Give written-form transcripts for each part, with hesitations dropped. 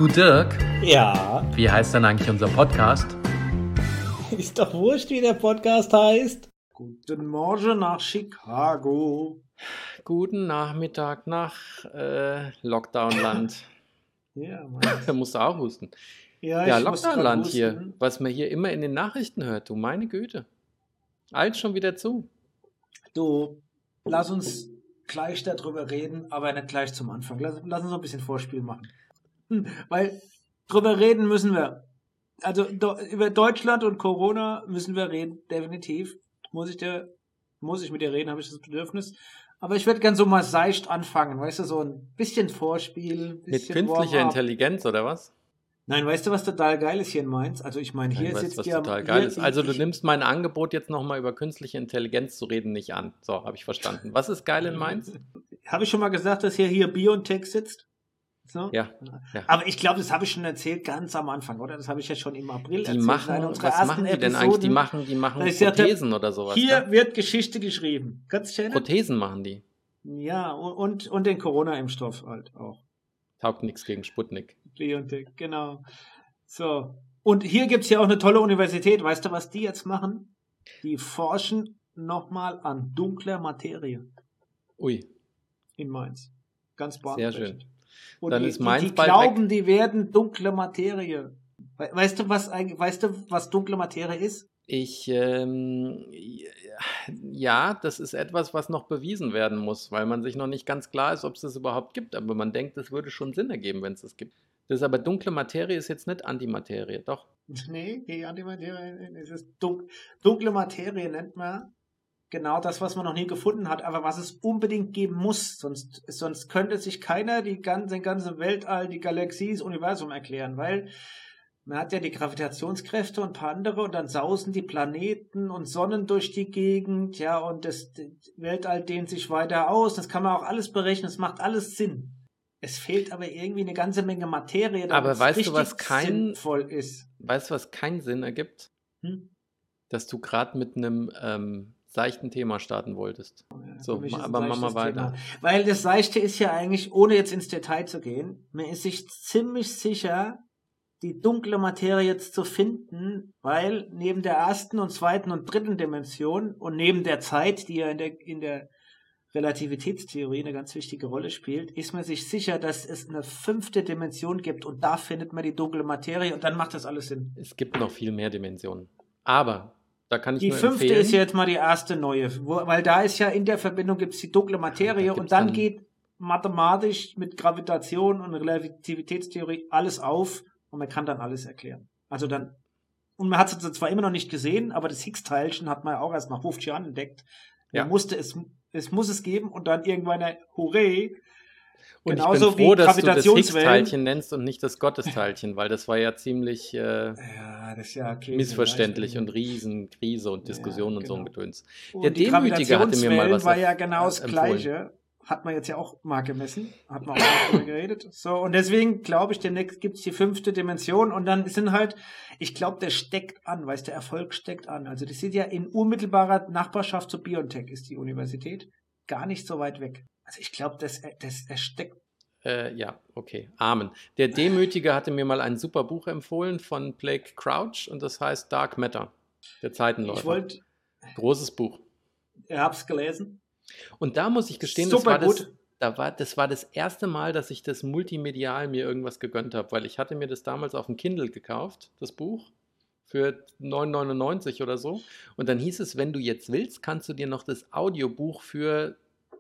Du Dirk, Ja, wie heißt denn eigentlich unser Podcast? ist doch wurscht, wie der Podcast heißt. Guten Morgen nach Chicago. Guten Nachmittag nach Lockdown-Land. Ja, Da musst du auch husten. ja, Ja, ich muss gerade Lockdown-Land hier, husten. was man hier immer in den Nachrichten hört, du meine Güte. Alt schon wieder zu. Du, lass uns gleich darüber reden, aber nicht gleich zum Anfang. Lass uns noch ein bisschen Vorspiel machen. Weil drüber reden müssen wir. Also über Deutschland und Corona müssen wir reden, definitiv. Muss ich mit dir reden, habe ich das Bedürfnis. Aber ich würde gern so mal seicht anfangen, weißt du, so ein bisschen Vorspiel, Mit bisschen künstlicher Warm-up. Intelligenz oder was? Nein, weißt du, was total geil ist hier in Mainz? Also ich meine, Nein, hier weißt du, sitzt was ja total geil hier, ist? Also du ich, nimmst mein Angebot jetzt nochmal über künstliche Intelligenz zu reden nicht an. So, habe ich verstanden. Was ist geil in Mainz? habe ich schon mal gesagt, dass hier BioNTech sitzt? So? Ja, ja. Aber ich glaube, das habe ich schon erzählt ganz am Anfang, oder? Das habe ich ja schon im April Die erzählt. machen, was machen die denn eigentlich? Die machen Da ich sagte, Prothesen oder sowas, hier gell? wird Geschichte geschrieben. Kannst du dich erinnern? Prothesen machen die. Ja, und den Corona-Impfstoff halt auch. Taugt nichts gegen Sputnik. BioNTech, genau. So. Und hier gibt es ja auch eine tolle Universität. Weißt du, was die jetzt machen? Die forschen nochmal an dunkler Materie Ui, in Mainz. Ganz sehr bahnbrechend. schön. Und Dann die, ist die, Mainz die bald glauben, weg. die werden dunkle Materie. Weißt du, was dunkle Materie ist? Ja, das ist etwas, was noch bewiesen werden muss, weil man sich noch nicht ganz klar ist, ob es das überhaupt gibt. Aber man denkt, es würde schon Sinn ergeben, wenn es das gibt. Das ist aber dunkle Materie ist jetzt nicht Antimaterie, doch. Nee, die Antimaterie, es ist dunkle Materie nennt man genau das, was man noch nie gefunden hat, aber was es unbedingt geben muss, sonst könnte sich keiner den ganzen Weltall, die Galaxie, das Universum erklären, weil man hat ja die Gravitationskräfte und ein paar andere und dann sausen die Planeten und Sonnen durch die Gegend, ja, und das Weltall dehnt sich weiter aus, das kann man auch alles berechnen, es macht alles Sinn. Es fehlt aber irgendwie eine ganze Menge Materie, damit Aber es weißt du, richtig was sinnvoll ist. keinen Sinn ergibt? Hm? Dass du gerade mit einem seichten Thema starten wolltest. Für So, mich ist aber ein mach mal seichtes weiter. Thema. Weil das Seichte ist ja eigentlich, ohne jetzt ins Detail zu gehen, man ist sich ziemlich sicher, die dunkle Materie jetzt zu finden, weil neben der ersten und zweiten und dritten Dimension und neben der Zeit, die ja in der Relativitätstheorie eine ganz wichtige Rolle spielt, ist man sich sicher, dass es eine fünfte Dimension gibt und da findet man die dunkle Materie und dann macht das alles Sinn. Es gibt noch viel mehr Dimensionen. Aber da kann ich Die nur fünfte empfehlen. ist ja jetzt mal die erste neue, weil da ist ja in der Verbindung gibt es die dunkle Materie Da und gibt's dann dann- geht mathematisch mit Gravitation und Relativitätstheorie alles auf und man kann dann alles erklären. Also dann, und man hat es zwar immer noch nicht gesehen, aber das Higgs-Teilchen hat man ja auch erst nach 50 Jahren entdeckt. Ja. Es muss es geben und dann irgendwann ein Hurray. Und Genauso ich bin froh, wie dass du das Gravitationswellen. Higgs-Teilchen nennst und nicht das Gottesteilchen, weil das war ja ziemlich Ja, das ist ja Käse, missverständlich ja, und Riesenkrise und Diskussion und so ein genau. Gedöns. Und Der die Demütige hatte mir mal Gravitationswellen was war ja genau das empfohlen. Gleiche. Hat man jetzt ja auch mal gemessen. Hat man auch mal drüber geredet. So, und deswegen glaube ich, demnächst gibt es die fünfte Dimension und dann sind halt, ich glaube, der steckt an, weißt du, der Erfolg steckt an. Also das sind ja in unmittelbarer Nachbarschaft zu BioNTech ist die Universität. Gar nicht so weit weg. Also ich glaube, das steckt. Ja, okay. Amen. Der Demütige hatte mir mal ein super Buch empfohlen von Blake Crouch und das heißt Dark Matter, der Zeitenläufer. Großes Buch. Ich hab's gelesen. Und da muss ich gestehen, Super das war das erste Mal, dass ich das multimedial mir irgendwas gegönnt habe, weil ich hatte mir das damals auf dem Kindle gekauft, das Buch, für 9,99 oder so. Und dann hieß es, wenn du jetzt willst, kannst du dir noch das Audiobuch für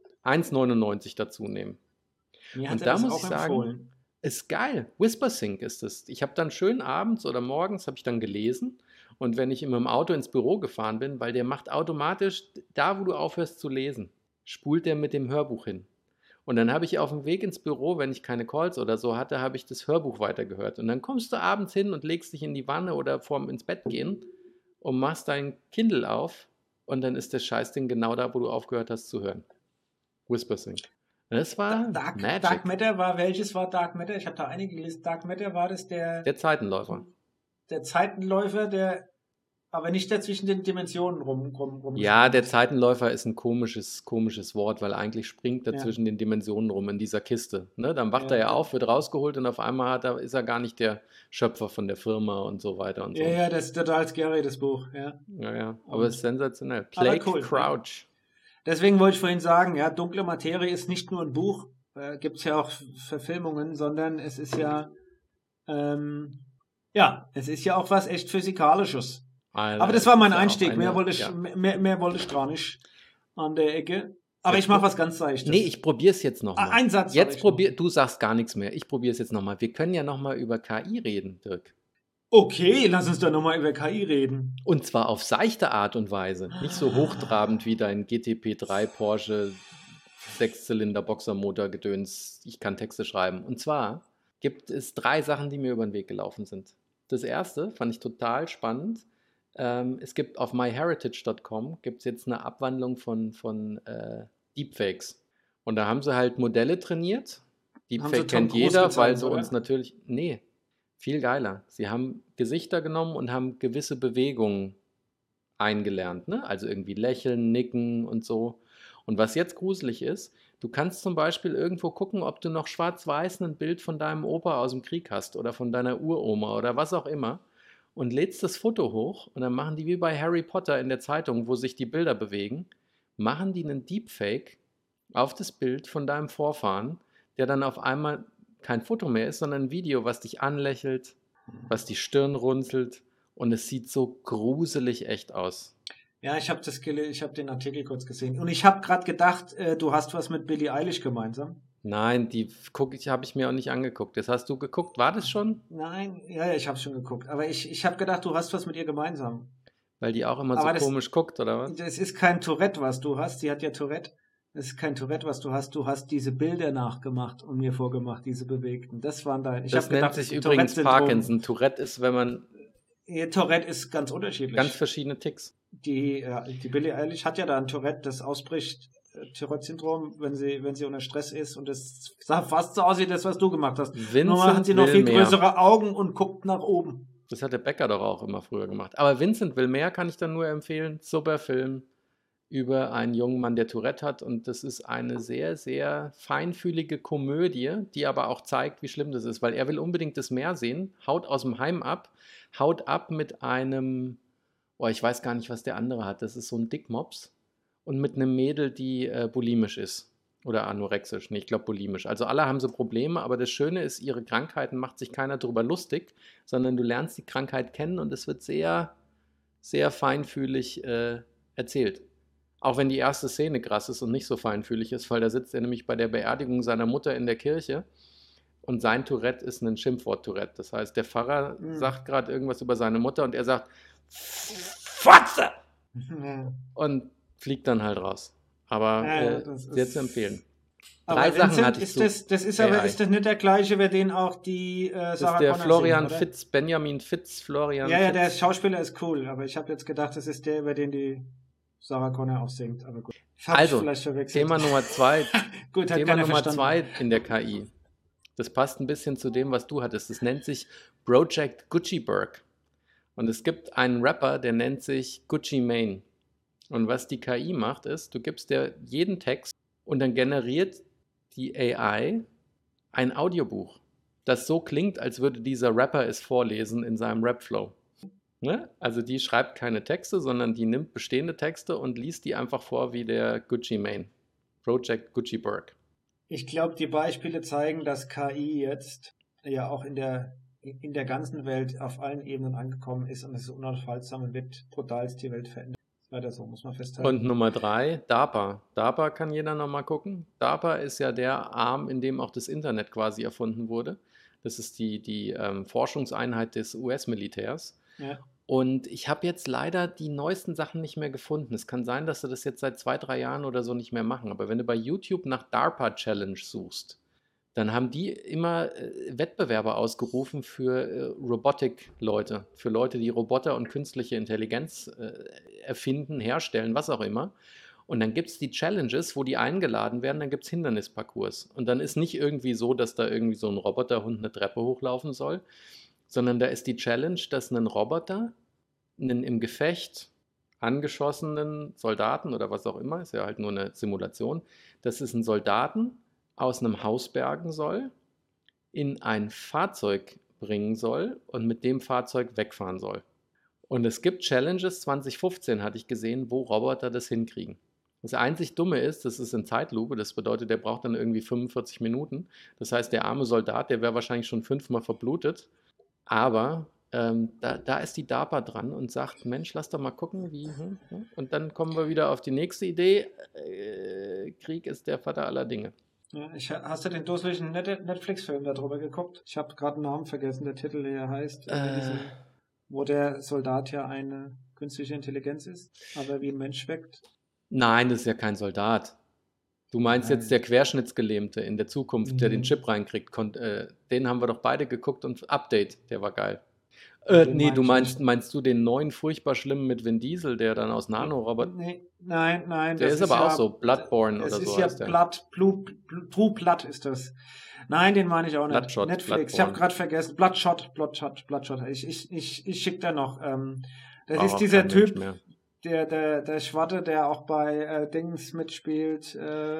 1,99 dazu nehmen. Und da muss ich sagen, ist geil. Whispersync ist es. Ich habe dann schön abends oder morgens habe ich dann gelesen und wenn ich immer im Auto ins Büro gefahren bin, weil der macht automatisch, da wo du aufhörst zu lesen, spult der mit dem Hörbuch hin. Und dann habe ich auf dem Weg ins Büro, wenn ich keine Calls oder so hatte, habe ich das Hörbuch weitergehört. Und dann kommst du abends hin und legst dich in die Wanne oder vorm ins Bett gehen und machst dein Kindle auf und dann ist das Scheißding genau da, wo du aufgehört hast zu hören. Whispersync. Das war Magic. Dark Matter war, welches war Dark Matter? Ich habe da einige gelesen. Dark Matter war das der Zeitenläufer. Der Zeitenläufer, der aber nicht dazwischen den Dimensionen rum. Ja, der Zeitenläufer ist ein komisches Wort, weil eigentlich springt er Ja, zwischen den Dimensionen rum in dieser Kiste. Ne? Dann wacht er ja, ja ja. auf, wird rausgeholt und auf einmal ist er gar nicht der Schöpfer von der Firma und so weiter und Ja, so. ja, das ist total scary, das Buch, ja. Ja, ja, aber es ist Und, sensationell. aber Plague cool, ja. Crouch. Deswegen wollte ich vorhin sagen, ja, Dunkle Materie ist nicht nur ein Buch, gibt es ja auch Verfilmungen, sondern es ist es ist ja auch was echt Physikalisches. Alter, Aber das es war ist mein ja auch Einstieg, mehr eine, wollte ich, ja. mehr wollte ich gar nicht an der Ecke. Aber Jetzt ich mache was ganz Seichtes. Nee, ich probiere es jetzt nochmal. Ein Satz Jetzt habe ich noch. du sagst gar nichts mehr. Ich probiere es jetzt nochmal. Wir können ja nochmal über KI reden, Dirk. Okay, lass uns doch nochmal über KI reden. Und zwar auf seichte Art und Weise. Nicht so hochtrabend wie dein GTP3 Porsche 6-Zylinder Boxermotor Gedöns. Ich kann Texte schreiben. Und zwar gibt es 3 Sachen, die mir über den Weg gelaufen sind. Das erste fand ich total spannend. Es gibt auf myheritage.com gibt's jetzt eine Abwandlung von Deepfakes. Und da haben sie halt Modelle trainiert. Haben sie Deepfake Tom kennt Cruise jeder, weil gezeigt, sie uns oder? natürlich. Nee, viel geiler. Sie haben Gesichter genommen und haben gewisse Bewegungen eingelernt, ne? Also irgendwie lächeln, nicken und so. Und was jetzt gruselig ist, du kannst zum Beispiel irgendwo gucken, ob du noch schwarz-weiß ein Bild von deinem Opa aus dem Krieg hast oder von deiner Uroma oder was auch immer und lädst das Foto hoch und dann machen die wie bei Harry Potter in der Zeitung, wo sich die Bilder bewegen, machen die einen Deepfake auf das Bild von deinem Vorfahren, der dann auf einmal kein Foto mehr ist, sondern ein Video, was dich anlächelt, was die Stirn runzelt und es sieht so gruselig echt aus. Ja, ich habe den Artikel kurz gesehen. Und ich habe gerade gedacht, du hast was mit Billie Eilish gemeinsam. Nein, habe ich mir auch nicht angeguckt. Das hast du geguckt. War das schon? Nein, ja, ich habe schon geguckt. Aber ich habe gedacht, du hast was mit ihr gemeinsam. Weil die auch immer so Aber komisch guckt, oder was? das ist kein Tourette, was du hast. Sie hat ja Tourette. Das ist kein Tourette, was du hast. Du hast diese Bilder nachgemacht und mir vorgemacht, diese bewegten. Das waren deine. Ich Das habe nennt gedacht, sich das ist übrigens Tourette-Syndrom. Parkinson. Tourette ist, wenn man Tourette ist ganz ganz unterschiedlich. verschiedene Ticks. Die Billie Eilish hat ja da ein Tourette, das ausbricht, Tourette-Syndrom, wenn sie unter Stress ist und das sah fast so aus wie das, was du gemacht hast. Nur hat sie noch viel größere Augen und guckt nach oben. Das hat der Bäcker doch auch immer früher gemacht. Aber Vincent will mehr, kann ich dann nur empfehlen. Super Film über einen jungen Mann, der Tourette hat. Und das ist eine sehr, sehr feinfühlige Komödie, die aber auch zeigt, wie schlimm das ist. Weil er will unbedingt das Meer sehen, haut aus dem Heim ab, haut ab mit einem, ich weiß gar nicht, was der andere hat. Das ist so ein Dickmops. Und mit einem Mädel, die bulimisch ist. Oder anorexisch, nee, ich glaube bulimisch. Also alle haben so Probleme, aber das Schöne ist, ihre Krankheiten macht sich keiner darüber lustig, sondern du lernst die Krankheit kennen und es wird sehr, sehr feinfühlig erzählt. Auch wenn die erste Szene krass ist und nicht so feinfühlig ist, weil da sitzt er nämlich bei der Beerdigung seiner Mutter in der Kirche und sein Tourette ist ein Schimpfwort-Tourette. Das heißt, der Pfarrer sagt gerade irgendwas über seine Mutter und er sagt Fotze! Und fliegt dann halt raus. Aber sehr zu empfehlen. Aber 3 Sachen Vincent, hatte ich ist das nicht der gleiche, über den auch die Das Sarah ist der Connor Florian singt, oder? Fitz, Benjamin Fitz, Florian Ja, Fitz. der Schauspieler ist cool, aber ich habe jetzt gedacht, das ist der, über den die Sarah Connor auch singt. Aber gut. Also, vielleicht verwechselt. Thema Nummer 2 Gut, hat Thema keiner Nummer verstanden. 2 in der KI. Das passt ein bisschen zu dem, was du hattest. Das nennt sich Project Gucci Berg. Und es gibt einen Rapper, der nennt sich Gucci Mane. Und was die KI macht, ist, du gibst dir jeden Text und dann generiert die AI ein Audiobuch, das so klingt, als würde dieser Rapper es vorlesen in seinem Rap-Flow. Ne? Also die schreibt keine Texte, sondern die nimmt bestehende Texte und liest die einfach vor wie der Gucci Mane. Project Gucci Berg. Ich glaube, die Beispiele zeigen, dass KI jetzt ja auch in der ganzen Welt auf allen Ebenen angekommen ist und es ist unaufhaltsam und wird brutalst die Welt verändern. Weiter so, muss man festhalten. Und Nummer 3, DARPA. DARPA kann jeder nochmal gucken. DARPA ist ja der Arm, in dem auch das Internet quasi erfunden wurde. Das ist die Forschungseinheit des US-Militärs. Ja. Und ich habe jetzt leider die neuesten Sachen nicht mehr gefunden. Es kann sein, dass sie das jetzt seit 2, 3 Jahren oder so nicht mehr machen. Aber wenn du bei YouTube nach DARPA Challenge suchst, dann haben die immer Wettbewerbe ausgerufen für Robotik-Leute, für Leute, die Roboter und künstliche Intelligenz erfinden, herstellen, was auch immer. Und dann gibt es die Challenges, wo die eingeladen werden, dann gibt es Hindernisparcours. Und dann ist nicht irgendwie so, dass da irgendwie so ein Roboterhund eine Treppe hochlaufen soll, sondern da ist die Challenge, dass ein Roboter einen im Gefecht angeschossenen Soldaten oder was auch immer, ist ja halt nur eine Simulation, dass es einen Soldaten aus einem Haus bergen soll, in ein Fahrzeug bringen soll und mit dem Fahrzeug wegfahren soll. Und es gibt Challenges, 2015 hatte ich gesehen, wo Roboter das hinkriegen. Das einzig Dumme ist, das ist in Zeitlupe, das bedeutet, der braucht dann irgendwie 45 Minuten. Das heißt, der arme Soldat, der wäre wahrscheinlich schon 5-mal verblutet. Aber da ist die DARPA dran und sagt, Mensch, lass doch mal gucken, wie. Und dann kommen wir wieder auf die nächste Idee. Krieg ist der Vater aller Dinge. Ja, hast du den dusseligen Netflix-Film darüber geguckt? Ich habe gerade den Namen vergessen, der Titel, der heißt, wo der Soldat ja eine künstliche Intelligenz ist, aber wie ein Mensch weckt. Nein, das ist ja kein Soldat. Du meinst jetzt der Querschnittsgelähmte in der Zukunft, der den Chip reinkriegt. Den haben wir doch beide geguckt und Update, der war geil. Nee, du meinst du den neuen furchtbar schlimmen mit Vin Diesel, der dann aus Nanoroboter. Nein. Der ist aber auch so, Bloodborne oder so. Das ist ja True Blood ist das. Nein, den meine ich auch nicht. Bloodshot, Netflix, Bloodborne. ich habe gerade vergessen. Bloodshot. Ich schick da noch. Das ist dieser Typ, der Schwatte, der auch bei Dings mitspielt,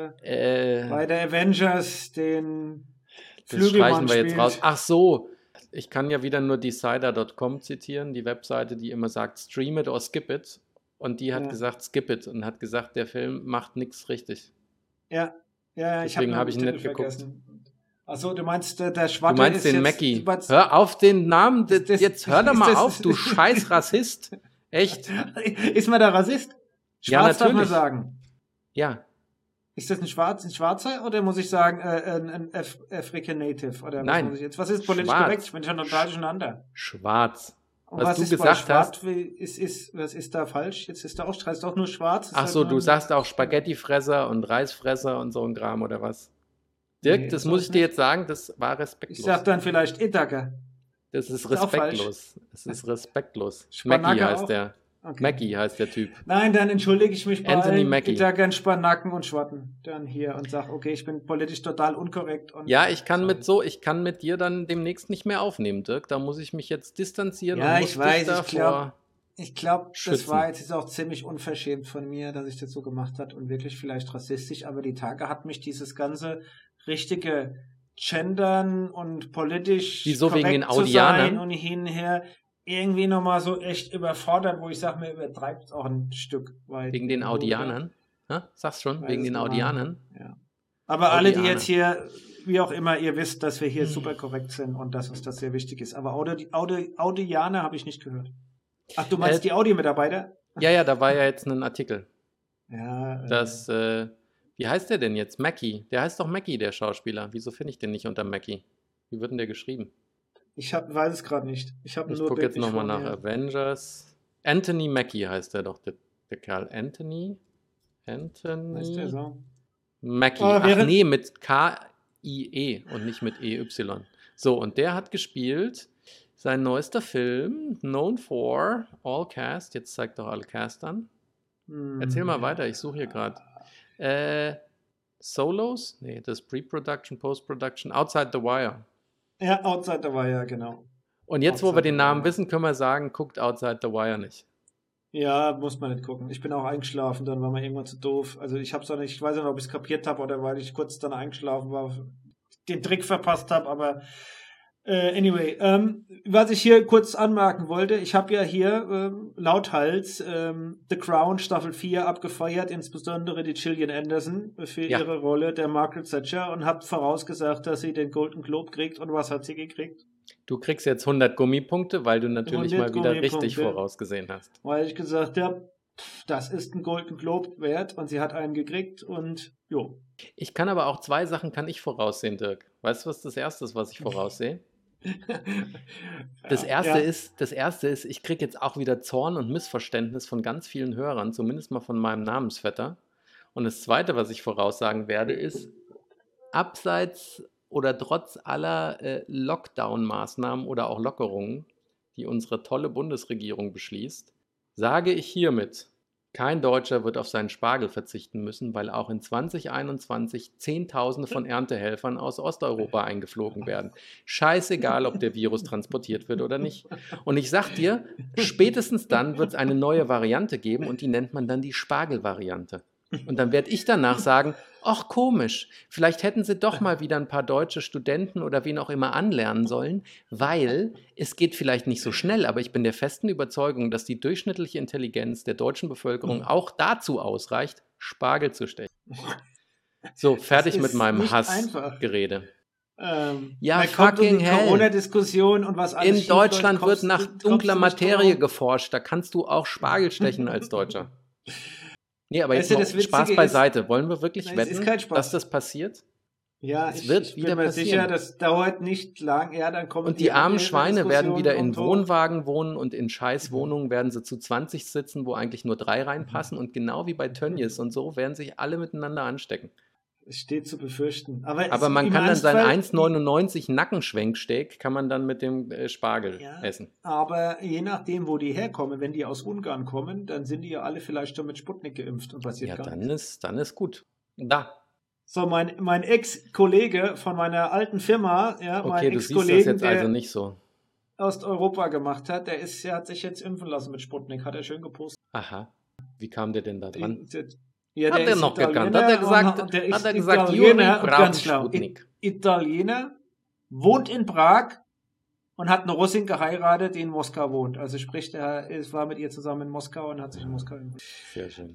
bei der Avengers den Flügelmann wir jetzt spielt. raus. Ach so, ich kann ja wieder nur Decider.com zitieren, die Webseite, die immer sagt, stream it or skip it. Und die hat gesagt, skip it. Und hat gesagt, der Film macht nichts richtig. Ja, deswegen habe ich ihn nicht geguckt. Achso, du meinst, der Schwatte ist. Du meinst den Mackie. Hör auf den Namen. Jetzt hör doch mal auf, du scheiß Rassist. Echt? Ist man da Rassist? Schwarz darf man sagen. Ja. Ist das ein Schwarzer oder muss ich sagen ein African Native? Oder nein. Was ist politisch korrekt? Ich bin schon total durcheinander. Schwarz. Und was du gesagt hast. Was ist da falsch? Jetzt ist da auch doch nur schwarz. Ach so, du sagst auch Spaghettifresser und Reisfresser und so ein Kram oder was? Dirk, das muss ich dir jetzt sagen, das war respektlos. Ich sag dann vielleicht Ithaka. Das ist respektlos. Das ist respektlos. Mackie heißt der. Okay. Mackie heißt der Typ. Nein, dann entschuldige ich mich bei Anthony Mackie. Ithaka, Spanacken und Schwatten dann hier und sag, okay, ich bin politisch total unkorrekt. Und ja, ich kann mit dir dann demnächst nicht mehr aufnehmen, Dirk. Da muss ich mich jetzt distanzieren. Ja, und muss ich weiß, ich glaube, das schützen. war jetzt auch ziemlich unverschämt von mir, dass ich das so gemacht habe und wirklich vielleicht rassistisch, aber die Tage hat mich dieses ganze richtige Gendern und politisch wieso korrekt wegen den zu Audianern? sein und hin und her irgendwie nochmal so echt überfordert, wo ich sage, mir übertreibt es auch ein Stück weit. Wegen den Audianern? Sag's schon, wegen den Audianern? Ja. Aber alle, die jetzt hier, wie auch immer, ihr wisst, dass wir hier super korrekt sind und dass uns das sehr wichtig ist. Aber Audianer habe ich nicht gehört. Ach, du meinst die Audi-Mitarbeiter? Ja, da war ja jetzt ein Artikel. Ja. Wie heißt der denn jetzt? Mackie. Der heißt doch Mackie, der Schauspieler. Wieso finde ich den nicht unter Mackie? Wie wird denn der geschrieben? Ich weiß es gerade nicht. Ich gucke jetzt nochmal nach Avengers. Anthony Mackie heißt der doch, der Kerl. Anthony Heißt der so? Mackie. Ach nee, mit K-I-E und nicht mit E-Y. So, und der hat gespielt sein neuester Film, Known for All Cast. Jetzt zeigt doch alle Cast an. Erzähl mal weiter, ich suche hier gerade. Solos? Nee, das Pre-Production, Post-Production, Outside the Wire. Ja, Outside the Wire, genau. Und jetzt, wo wir den Namen wissen, können wir sagen, guckt Outside the Wire nicht. Ja, muss man nicht gucken. Ich bin auch eingeschlafen, dann war mir irgendwann zu doof. Also ich weiß nicht, ob ich es kapiert habe oder weil ich kurz dann eingeschlafen war, den Trick verpasst habe, aber anyway, was ich hier kurz anmerken wollte, ich habe ja hier lauthals The Crown Staffel 4 abgefeiert, insbesondere die Gillian Anderson für ihre Rolle der Margaret Thatcher und habe vorausgesagt, dass sie den Golden Globe kriegt. Und was hat sie gekriegt? Du kriegst jetzt 100 Gummipunkte, weil du natürlich mal wieder richtig vorausgesehen hast. Weil ich gesagt habe, das ist ein Golden Globe wert und sie hat einen gekriegt und jo. Ich kann aber auch 2 Sachen kann ich voraussehen, Dirk. Weißt du, was das Erste ist, was ich voraussehe? Das erste ist, ich kriege jetzt auch wieder Zorn und Missverständnis von ganz vielen Hörern, zumindest mal von meinem Namensvetter. Und das Zweite, was ich voraussagen werde, ist, abseits oder trotz aller Lockdown-Maßnahmen oder auch Lockerungen, die unsere tolle Bundesregierung beschließt, sage ich hiermit, Kein Deutscher wird auf seinen Spargel verzichten müssen, weil auch in 2021 Zehntausende von Erntehelfern aus Osteuropa eingeflogen werden. Scheißegal, ob der Virus transportiert wird oder nicht. Und ich sag dir, spätestens dann wird es eine neue Variante geben und die nennt man dann die Spargelvariante. Und dann werde ich danach sagen, ach komisch, vielleicht hätten sie doch mal wieder ein paar deutsche Studenten oder wen auch immer anlernen sollen, weil es geht vielleicht nicht so schnell, aber ich bin der festen Überzeugung, dass die durchschnittliche Intelligenz der deutschen Bevölkerung auch dazu ausreicht, Spargel zu stechen. So, fertig mit meinem Hassgerede. Ja, fucking hell. Corona-Diskussion und was alles in Deutschland wird nach dunkler Materie geforscht, da kannst du auch Spargel stechen als Deutscher. Nee, aber jetzt mal Spaß beiseite. Wollen wir wirklich wetten, dass das passiert? Ja, es wird wieder passieren. Ich bin mir sicher, das dauert nicht lang. Ja, dann kommen und die armen Schweine werden wieder in Wohnwagen wohnen und in Scheißwohnungen werden sie zu 20 sitzen, wo eigentlich nur 3 reinpassen. Und genau wie bei Tönnies und so werden sich alle miteinander anstecken. Es steht zu befürchten. Aber man kann dann sein 1,99 Nackenschwenksteak kann man dann mit dem Spargel essen. Aber je nachdem, wo die herkommen, wenn die aus Ungarn kommen, dann sind die ja alle vielleicht schon mit Sputnik geimpft und passiert gar nichts. Dann ist gut. Da. So, mein Ex-Kollege von meiner alten Firma, mein Ex-Kollege, du siehst das jetzt also nicht so. Osteuropa gemacht hat, der hat sich jetzt impfen lassen mit Sputnik, hat er schön gepostet. Aha. Wie kam der denn da dran? Ja, hat er noch gekannt? Hat er gesagt, Juri braucht Sputnik. Italiener, wohnt in Prag und hat eine Russin geheiratet, die in Moskau wohnt. Also sprich, er war mit ihr zusammen in Moskau und hat sich in Moskau impfen. Sehr schön.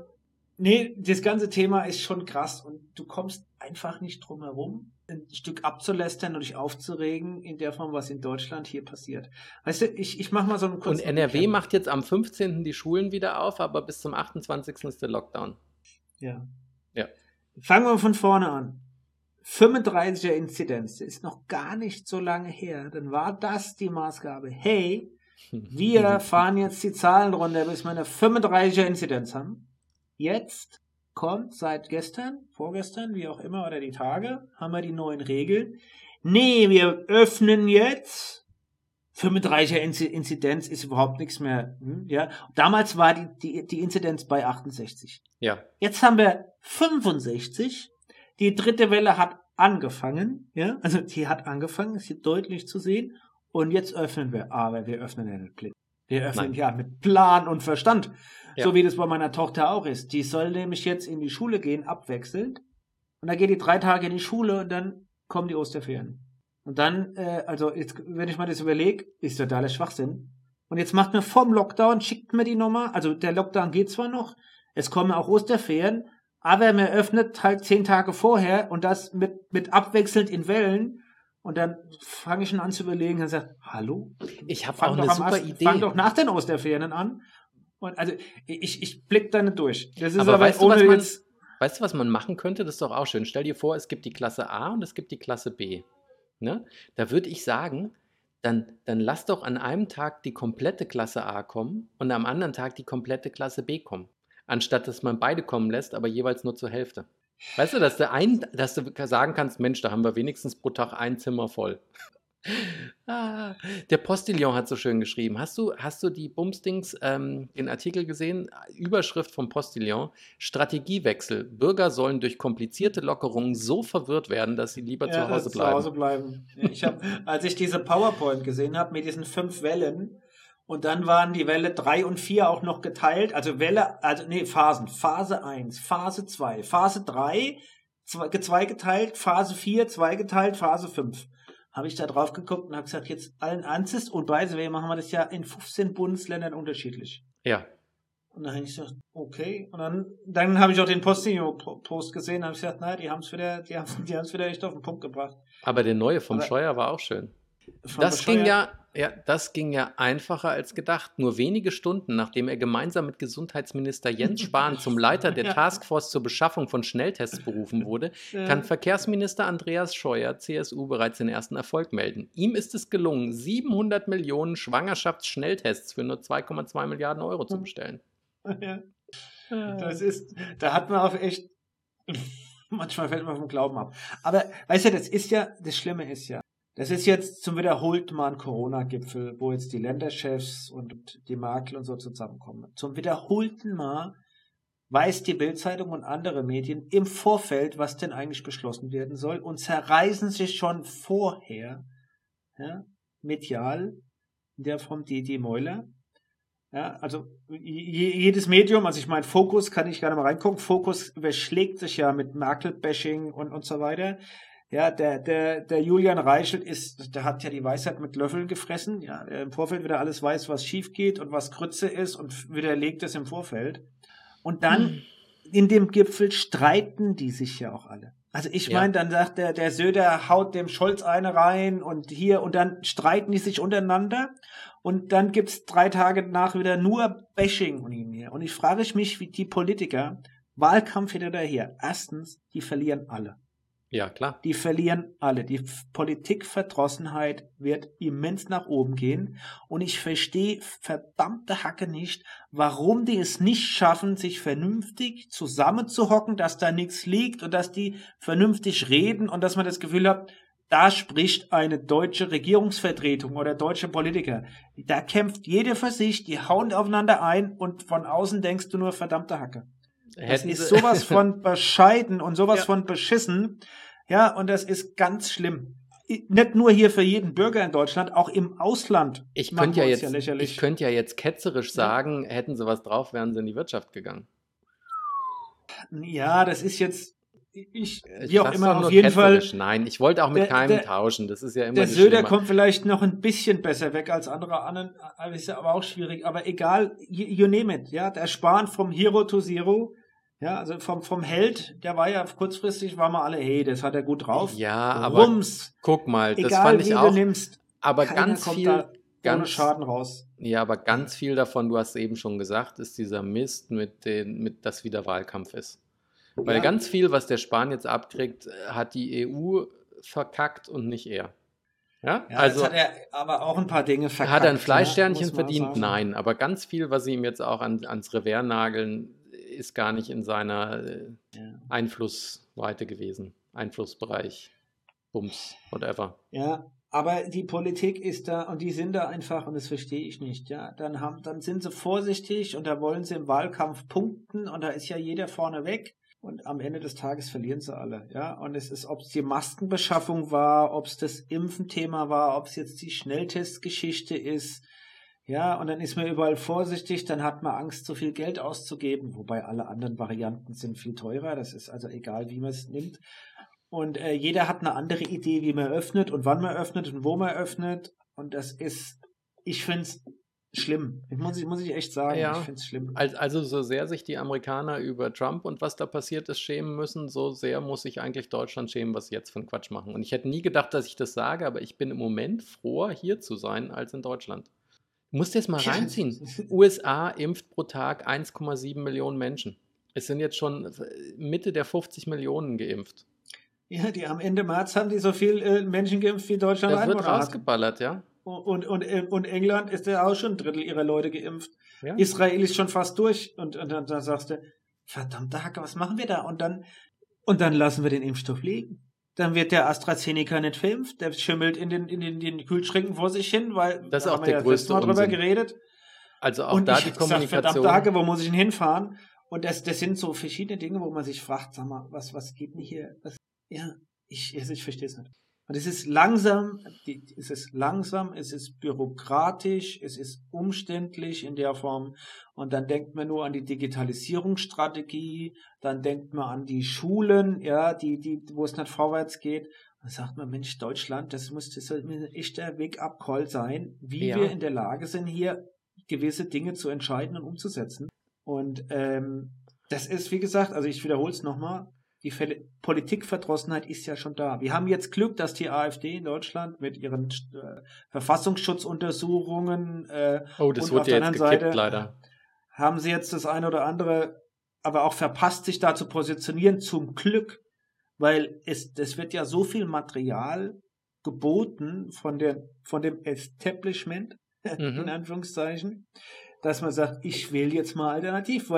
Nee, das ganze Thema ist schon krass und du kommst einfach nicht drum herum, ein Stück abzulästern und dich aufzuregen in der Form, was in Deutschland hier passiert. Weißt du, ich mach mal so einen kurzen... Und NRW macht jetzt am 15. die Schulen wieder auf, aber bis zum 28. ist der Lockdown. Ja. Ja. Fangen wir von vorne an. 35er Inzidenz, das ist noch gar nicht so lange her. Dann war das die Maßgabe. Hey, wir fahren jetzt die Zahlen runter, bis wir eine 35er Inzidenz haben. Jetzt kommt seit gestern, vorgestern, wie auch immer, oder die Tage, haben wir die neuen Regeln. Nee, wir öffnen jetzt. 35er Inzidenz ist überhaupt nichts mehr. Ja. Damals war die Inzidenz bei 68. Ja. Jetzt haben wir 65. Die dritte Welle hat angefangen. Ja. Also die hat angefangen, ist hier deutlich zu sehen. Und jetzt öffnen wir. Aber wir öffnen ja nicht blind. Wir öffnen mit Plan und Verstand. Ja. So wie das bei meiner Tochter auch ist. Die soll nämlich jetzt in die Schule gehen, abwechselnd. Und dann geht die 3 Tage in die Schule und dann kommen die Osterferien. Und dann, jetzt, wenn ich mal das überlege, ist totaler Schwachsinn. Und jetzt macht mir vom Lockdown, schickt mir die Nummer, also der Lockdown geht zwar noch, es kommen auch Osterferien, aber man öffnet halt 10 Tage vorher und das mit abwechselnd in Wellen. Und dann fange ich schon an zu überlegen und sage, hallo? Ich habe auch eine super Idee. Fang doch nach den Osterferien an. Und also ich blick da nicht durch. Das ist aber weißt du, was man machen könnte? Das ist doch auch schön. Stell dir vor, es gibt die Klasse A und es gibt die Klasse B. Ne? Da würde ich sagen, dann lass doch an einem Tag die komplette Klasse A kommen und am anderen Tag die komplette Klasse B kommen. Anstatt dass man beide kommen lässt, aber jeweils nur zur Hälfte. Weißt du, dass du sagen kannst, Mensch, da haben wir wenigstens pro Tag ein Zimmer voll. Der Postillon hat so schön geschrieben. Hast du die Bumsdings, den Artikel gesehen? Überschrift vom Postillon: Strategiewechsel. Bürger sollen durch komplizierte Lockerungen so verwirrt werden, dass sie lieber zu Hause bleiben. Als ich diese PowerPoint gesehen habe mit diesen 5 Wellen und dann waren die Welle 3 und 4 auch noch geteilt, Phasen. Phase 1, Phase 2, Phase 3, 2 geteilt, Phase 4, 2 geteilt, Phase 5. Habe ich da drauf geguckt und habe gesagt, jetzt allen Ernstes und by the way machen wir das ja in 15 Bundesländern unterschiedlich. Ja. Und dann habe ich gesagt, okay. Und dann habe ich auch den Postillon-Post gesehen und habe gesagt, naja, die haben es wieder echt auf den Punkt gebracht. Aber der neue vom Scheuer war auch schön. Das ging ja einfacher als gedacht. Nur wenige Stunden, nachdem er gemeinsam mit Gesundheitsminister Jens Spahn zum Leiter der Taskforce zur Beschaffung von Schnelltests berufen wurde, kann Verkehrsminister Andreas Scheuer, CSU, bereits den ersten Erfolg melden. Ihm ist es gelungen, 700 Millionen Schwangerschaftsschnelltests für nur 2,2 Milliarden Euro zu bestellen. Ja. Da hat man auch echt, manchmal fällt man vom Glauben ab. Aber weißt du, das Schlimme ist ja, Das ist jetzt zum wiederholten Mal ein Corona-Gipfel, wo jetzt die Länderchefs und die Merkel und so zusammenkommen. Zum wiederholten Mal weiß die Bild-Zeitung und andere Medien im Vorfeld, was denn eigentlich beschlossen werden soll, und zerreißen sich schon vorher, ja, medial, in der Form die Mäuler. Ja, also jedes Medium, also ich meine, Focus, kann ich gerne mal reingucken, Focus überschlägt sich ja mit Merkel-Bashing und so weiter. Ja, der Julian Reichelt der hat ja die Weisheit mit Löffeln gefressen, ja, der im Vorfeld wieder alles weiß, was schief geht und was Grütze ist und widerlegt es im Vorfeld. Und dann in dem Gipfel streiten die sich ja auch alle. Also ich meine, dann sagt der Söder, haut dem Scholz eine rein und hier, und dann streiten die sich untereinander und dann gibt's 3 Tage danach wieder nur Bashing von ihm hier. Und ich frage mich, wie die Politiker, Wahlkampf hinterher. Erstens, die verlieren alle. Ja, klar. Die verlieren alle. Die Politikverdrossenheit wird immens nach oben gehen. Und ich verstehe verdammte Hacke nicht, warum die es nicht schaffen, sich vernünftig zusammenzuhocken, dass da nichts liegt und dass die vernünftig reden und dass man das Gefühl hat, da spricht eine deutsche Regierungsvertretung oder deutsche Politiker. Da kämpft jeder für sich, die hauen aufeinander ein und von außen denkst du nur verdammte Hacke. Das ist sowas von bescheiden und sowas von beschissen. Ja, und das ist ganz schlimm. Nicht nur hier für jeden Bürger in Deutschland, auch im Ausland. Ich könnte ja jetzt ketzerisch sagen, hätten sie was drauf, wären sie in die Wirtschaft gegangen. Ja, das ist jetzt, wie auch immer, auf jeden Fall. Nein, ich wollte auch mit keinem tauschen. Das ist ja immer der Söder kommt vielleicht noch ein bisschen besser weg als andere anderen, ist ja aber auch schwierig. Aber egal, you name it. Ja, der Spahn vom Hero to Zero. Ja, also vom Held, der war ja kurzfristig, waren wir alle, hey, das hat er gut drauf. Ja, aber guck mal, das fand ich auch. Du nimmst, aber ganz viel, ohne Schaden raus. Ja, aber ganz viel davon, du hast eben schon gesagt, ist dieser Mist, mit dass wieder Wahlkampf ist. Weil ganz viel, was der Spahn jetzt abkriegt, hat die EU verkackt und nicht er. Ja, also jetzt hat er aber auch ein paar Dinge verkackt. Hat er ein Fleischsternchen verdient? Nein, aber ganz viel, was sie ihm jetzt auch ans Revers nageln, ist gar nicht in seiner Einflussweite gewesen. Einflussbereich, Bums, whatever. Ja, aber die Politik ist da und die sind da einfach, und das verstehe ich nicht, ja. Dann sind sie vorsichtig und da wollen sie im Wahlkampf punkten und da ist ja jeder vorne weg und am Ende des Tages verlieren sie alle, ja. Und es ist, ob es die Maskenbeschaffung war, ob es das Impfenthema war, ob es jetzt die Schnelltestgeschichte ist. Ja, und dann ist man überall vorsichtig, dann hat man Angst, so viel Geld auszugeben, wobei alle anderen Varianten sind viel teurer, das ist also egal, wie man es nimmt. Und jeder hat eine andere Idee, wie man öffnet und wann man öffnet und wo man öffnet. Und das ist, ich finde es schlimm. Muss ich echt sagen, ich finde es schlimm. Also so sehr sich die Amerikaner über Trump und was da passiert ist schämen müssen, so sehr muss sich eigentlich Deutschland schämen, was sie jetzt für einen Quatsch machen. Und ich hätte nie gedacht, dass ich das sage, aber ich bin im Moment froher, hier zu sein, als in Deutschland. Du musst dir das mal reinziehen. USA impft pro Tag 1,7 Millionen Menschen. Es sind jetzt schon Mitte der 50 Millionen geimpft. Ja, am Ende März haben die so viel Menschen geimpft wie Deutschland. Das wird rausgeballert, ja. Und England ist ja auch schon ein Drittel ihrer Leute geimpft. Ja. Israel ist schon fast durch. Und dann sagst du, verdammte Hacke, was machen wir da? Und dann lassen wir den Impfstoff liegen. Dann wird der AstraZeneca nicht verimpft, der schimmelt in den Kühlschränken vor sich hin, weil das ist auch der größte Mal drüber geredet. Also auch da die Kommunikation. Verdammte, wo muss ich denn hinfahren? Und das sind so verschiedene Dinge, wo man sich fragt, sag mal, was geht denn hier? Ich verstehe es nicht. Und es ist langsam, es ist bürokratisch, es ist umständlich in der Form. Und dann denkt man nur an die Digitalisierungsstrategie, dann denkt man an die Schulen, ja, wo es nicht vorwärts geht. Dann sagt man, Mensch, Deutschland, das soll ein echter Wake-up-Call sein, wie wir in der Lage sind, hier gewisse Dinge zu entscheiden und umzusetzen. Und das ist, wie gesagt, also ich wiederhole es nochmal, die Politikverdrossenheit ist ja schon da. Wir haben jetzt Glück, dass die AfD in Deutschland mit ihren Verfassungsschutzuntersuchungen das und wird auf der ja anderen jetzt Seite gekippt, leider. Haben sie jetzt das eine oder andere aber auch verpasst, sich da zu positionieren, zum Glück, weil das wird ja so viel Material geboten von dem Establishment, in Anführungszeichen, dass man sagt, ich wähle jetzt mal alternativ, weil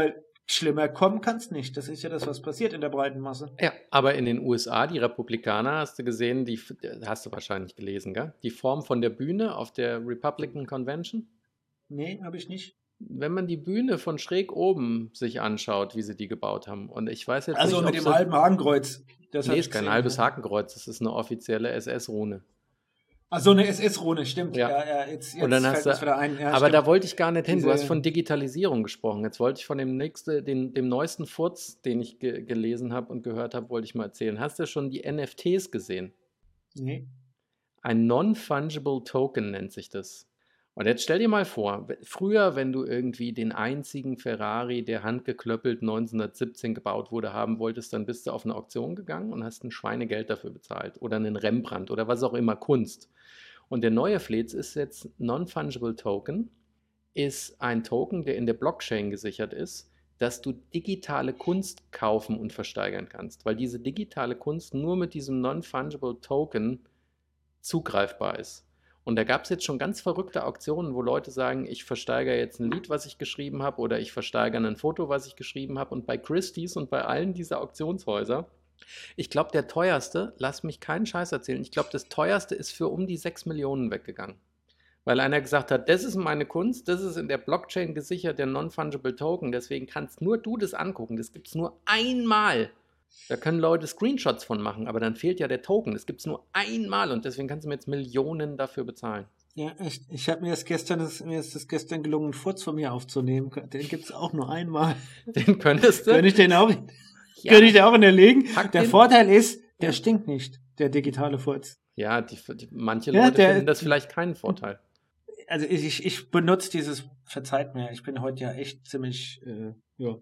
schlimmer kommen kann es nicht. Das ist ja das, was passiert in der breiten Masse. Ja, aber in den USA, die Republikaner, hast du gesehen, hast du wahrscheinlich gelesen, gell? Die Form von der Bühne auf der Republican Convention. Nee, habe ich nicht. Wenn man die Bühne von schräg oben sich anschaut, wie sie die gebaut haben. Und ich weiß jetzt Also nicht, mit dem halben Hakenkreuz. Das Nee, hab ist ich kein gesehen, halbes ja. Hakenkreuz, das ist eine offizielle SS-Rune. Ach so, eine SS-Rune, stimmt. Ja. Ja, jetzt Und dann fällt hast mir's du, wieder ein. Ja, aber stimmt. da wollte ich gar nicht hin. Du Diese- hast von Digitalisierung gesprochen. Jetzt wollte ich von dem neuesten Furz, den ich gelesen habe und gehört habe, wollte ich mal erzählen. Hast du schon die NFTs gesehen? Nee. Ein Non-Fungible Token nennt sich das. Und jetzt stell dir mal vor, früher, wenn du irgendwie den einzigen Ferrari, der handgeklöppelt 1917 gebaut wurde, haben wolltest, dann bist du auf eine Auktion gegangen und hast ein Schweinegeld dafür bezahlt. Oder einen Rembrandt oder was auch immer, Kunst. Und der neue Fleets ist jetzt Non-Fungible Token, ist ein Token, der in der Blockchain gesichert ist, dass du digitale Kunst kaufen und versteigern kannst. Weil diese digitale Kunst nur mit diesem Non-Fungible Token zugreifbar ist. Und da gab es jetzt schon ganz verrückte Auktionen, wo Leute sagen, ich versteigere jetzt ein Lied, was ich geschrieben habe, oder ich versteigere ein Foto, was ich geschrieben habe. Und bei Christie's und bei allen dieser Auktionshäuser, ich glaube, der teuerste, lass mich keinen Scheiß erzählen, ich glaube, das teuerste ist für um die 6 Millionen weggegangen. Weil einer gesagt hat, das ist meine Kunst, das ist in der Blockchain gesichert, der Non-Fungible Token, deswegen kannst nur du das angucken, das gibt es nur einmal. Da können Leute Screenshots von machen, aber dann fehlt ja der Token. Das gibt es nur einmal und deswegen kannst du mir jetzt Millionen dafür bezahlen. Ja, echt. Ich habe mir das gestern gelungen, einen Furz von mir aufzunehmen. Den gibt es auch nur einmal. Den könntest du. Könnte ich den auch, Ja. könnte ich den auch hinterlegen? Pack Der den. Vorteil ist, der stinkt nicht, der digitale Furz. Ja, manche Ja, Leute finden das vielleicht keinen Vorteil. Also ich benutze dieses, verzeiht mir, ich bin heute ja echt ziemlich, ja.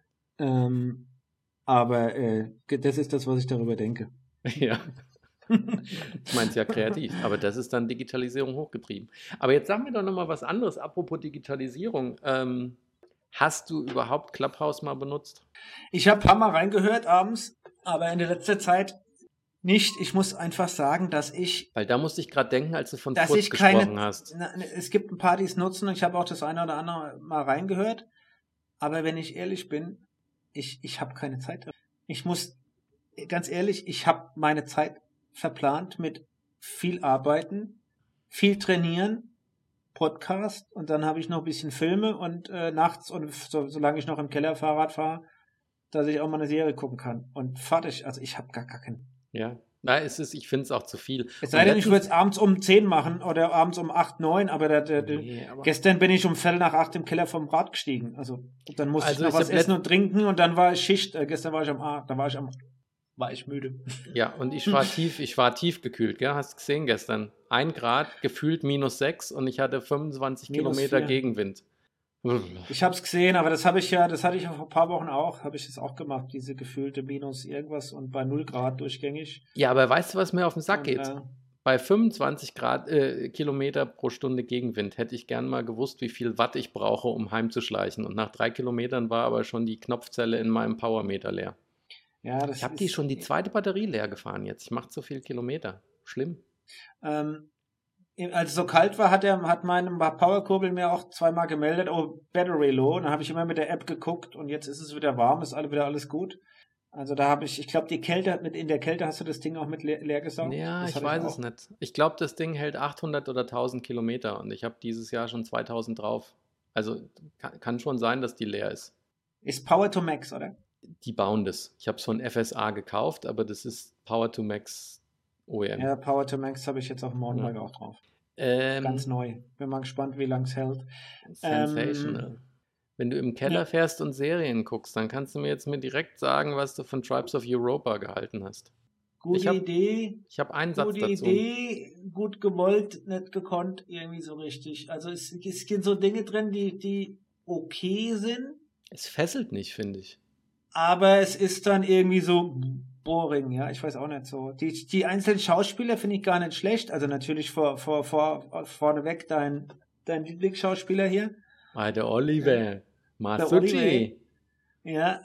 Aber das ist das, was ich darüber denke. Ja. Ich meine es ja kreativ, aber das ist dann Digitalisierung hochgetrieben. Aber jetzt sag mir doch nochmal was anderes, apropos Digitalisierung. Hast du überhaupt Clubhouse mal benutzt? Ich habe ein paar Mal reingehört abends, aber in der letzten Zeit nicht. Ich muss einfach sagen, dass ich Weil da musste ich gerade denken, als du von dass Furz ich keine, gesprochen hast. es gibt ein paar, die es nutzen und ich habe auch das eine oder andere mal reingehört. Aber wenn ich ehrlich bin, ich habe keine Zeit. Ich muss, ganz ehrlich, ich habe meine Zeit verplant mit viel Arbeiten, viel Trainieren, Podcast und dann habe ich noch ein bisschen Filme und nachts und solange ich noch im Keller Fahrrad fahre, dass ich auch mal eine Serie gucken kann. Und fertig, also ich habe gar keinen. Ja. Na, ich finde es auch zu viel. Es sei denn, ich würde es abends um 10 machen oder abends um 8, 9, aber, Nee, aber gestern bin ich um 7:45 im Keller vom Rad gestiegen. Also dann musste Also ich noch ich was hab essen und trinken und dann war ich Schicht. Gestern war ich müde. Ja, und ich war tiefgekühlt, gell? Hast du gesehen gestern? 1 Grad, gefühlt -6 und ich hatte 25 Kilometer -4. Gegenwind. Ich habe es gesehen, aber das hatte ich ja vor ein paar Wochen auch, habe ich das auch gemacht, diese gefühlte Minus irgendwas und bei 0 Grad durchgängig. Ja, aber weißt du, was mir auf den Sack Und, geht? Bei 25 Kilometer pro Stunde Gegenwind hätte ich gern mal gewusst, wie viel Watt ich brauche, um heimzuschleichen. Und nach 3 Kilometern war aber schon die Knopfzelle in meinem Powermeter leer. ja, das Ich habe ist, schon die zweite Batterie leer gefahren jetzt. Ich mache zu viel Kilometer. Schlimm. Als es so kalt war, hat mein Powerkurbel mir auch zweimal gemeldet, oh, Battery low. Und dann habe ich immer mit der App geguckt und jetzt ist es wieder warm, ist wieder alles gut. Also da habe ich glaube, in der Kälte hast du das Ding auch mit leer gesaugt? Ja, Das ich hatte weiß auch. es nicht. Ich glaube, das Ding hält 800 oder 1000 Kilometer und ich habe dieses Jahr schon 2000 drauf. Also kann schon sein, dass die leer ist. Ist Power to Max, oder? Die bauen das. Ich habe es von FSA gekauft, aber das ist Power to Max OEM. Ja, Power to Max habe ich jetzt auf dem Mountainbike auch drauf. Ganz neu. Bin mal gespannt, wie lange es hält. Sensational. Wenn du im Keller fährst und Serien guckst, dann kannst du mir direkt sagen, was du von Tribes of Europa gehalten hast. Gute Idee. Ich habe einen Satz Gute dazu. Idee, gut gewollt, nicht gekonnt, irgendwie so richtig. Also es sind so Dinge drin, die okay sind, Es fesselt nicht, finde ich. aber es ist dann irgendwie so boring, ja, ich weiß auch nicht so. Die einzelnen Schauspieler finde ich gar nicht schlecht, also natürlich vorneweg dein Lieblingsschauspieler hier. Der Oliver. Der Masucci. Oliver. Ja,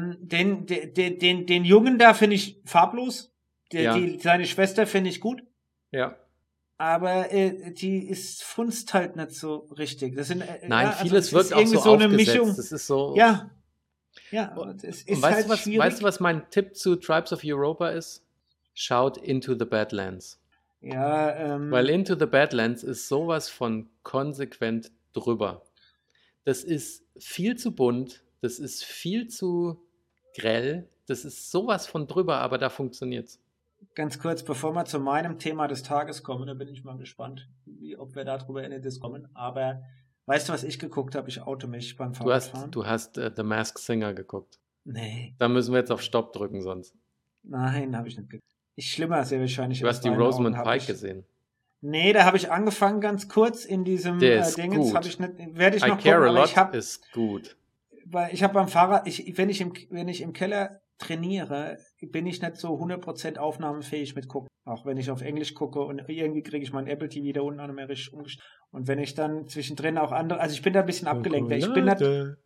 den Jungen da finde ich farblos. Ja. Seine Schwester finde ich gut. Ja. Aber die funzt halt nicht so richtig. Das sind, Nein, ja, also vieles es wirkt ist auch irgendwie so so eine aufgesetzt. Mischung. Das ist so. Ja, Ja, und es Und ist halt weißt du, schwierig. was mein Tipp zu Tribes of Europa ist? Schaut Into the Badlands. Ja, Weil Into the Badlands ist sowas von konsequent drüber. Das ist viel zu bunt, das ist viel zu grell, das ist sowas von drüber, aber da funktioniert's. ganz kurz, bevor wir zu meinem Thema des Tages kommen, da bin ich mal gespannt, ob wir darüber in den Diskurs kommen. Aber weißt du, was ich geguckt habe? Ich oute mich beim Fahrradfahren. Du hast The Masked Singer geguckt. Nee, Da müssen wir jetzt auf Stopp drücken sonst. nein, habe ich nicht geguckt. Schlimmer sehr wahrscheinlich Du aus hast die deinen Augen Rosamund habe Pike ich. gesehen. Nee, da habe ich angefangen ganz kurz in diesem Der ist Dingens, habe gut. ich nicht, werde ich I noch Care gucken, a aber ich Lot habe, ist gut. weil ich habe beim Fahrrad, wenn ich im Keller trainiere, bin ich nicht so 100% aufnahmefähig mit gucken. Auch wenn ich auf Englisch gucke und irgendwie kriege ich mein Apple TV da unten an mir richtig umgestellt. Und wenn ich dann zwischendrin auch andere, also ich bin da ein bisschen abgelenkt. Ich bin nicht,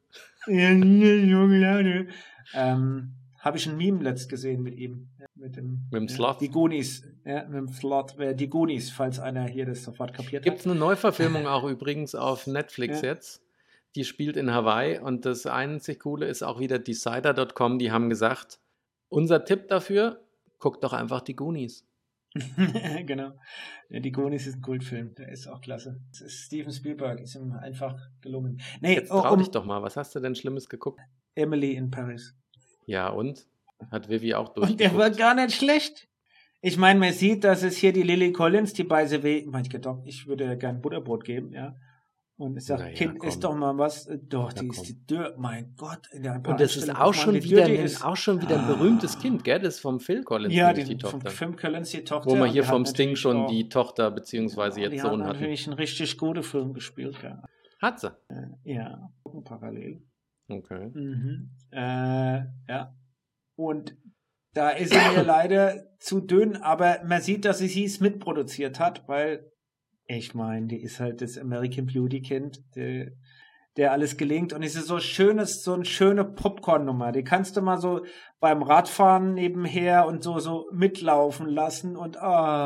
habe ich ein Meme letzt gesehen mit ihm. Ja, mit dem Sloth. Die Goonies. Ja, mit dem Sloth. Die Goonies, falls einer hier das sofort kapiert Gibt es hat. eine Neuverfilmung auch übrigens auf Netflix Ja. jetzt? Die spielt in Hawaii und das einzig Coole ist auch wieder Decider.com, die haben gesagt, unser Tipp dafür, guckt doch einfach die Goonies. Genau. Ja, die Goonies ist ein Kultfilm. Der ist auch klasse. Das ist Steven Spielberg. Ist ihm einfach gelungen. Nee, Jetzt trau dich doch mal, was hast du denn Schlimmes geguckt? Emily in Paris. Ja, und? Hat Vivi auch Und der war durchgeguckt? gar nicht schlecht. Ich meine, man sieht, dass es hier die Lily Collins, die by the way, mein Gott, ich würde ja gern Butterbrot geben, ja. Und ich sage, Naja, Kind, komm. isst doch mal was. Doch, Na, die komm. ist die Dürr. Mein Gott. In der Und das ist Einstellung, auch guck mal, schon, wie wieder dürr die ein, ist. auch schon wieder ein berühmtes Kind, gell? Das ist vom Phil Collins, Ja, nämlich die vom Tochter. Film Collins, die Tochter. Wo man und hier die vom hat Sting natürlich schon auch- die Tochter beziehungsweise Ja, jetzt die hat Sohn hatten. natürlich einen richtig guten Film gespielt, ja. Hat sie. Ja, gucken parallel. Okay. Ja. Und da ist er mir leider zu dünn, aber man sieht, dass sie es mitproduziert hat, weil ich meine, die ist halt das American Beauty Kind, der alles gelingt. Und es ist so eine schöne Popcorn-Nummer. Die kannst du mal so beim Radfahren nebenher und so mitlaufen lassen und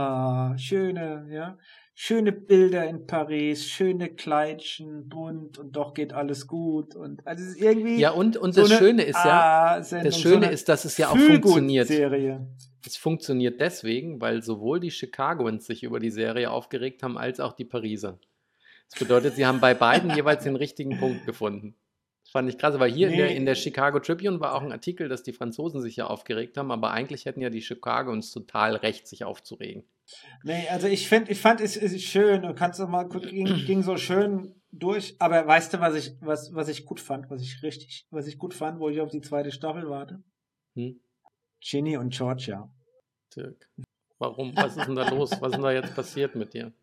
schöne Bilder in Paris, schöne Kleidchen, bunt und doch geht alles gut. Und also es ist irgendwie. Ja, und so das eine Schöne ist ja, Sendung, das Schöne so eine ist, dass es ja auch funktioniert. Serie. Es funktioniert deswegen, weil sowohl die Chicagoans sich über die Serie aufgeregt haben, als auch die Pariser. Das bedeutet, sie haben bei beiden jeweils den richtigen Punkt gefunden. Das fand ich krass, weil hier in der Chicago Tribune war auch ein Artikel, dass die Franzosen sich ja aufgeregt haben, aber eigentlich hätten ja die Chicagoans total recht, sich aufzuregen. Nee, also ich fand es ist schön, du kannst doch mal ging so schön durch, aber weißt du, was ich gut fand, was ich gut fand, wo ich auf die zweite Staffel warte? Ginny und Georgia. Dirk, warum? Was ist denn da los? Was ist denn da jetzt passiert mit dir?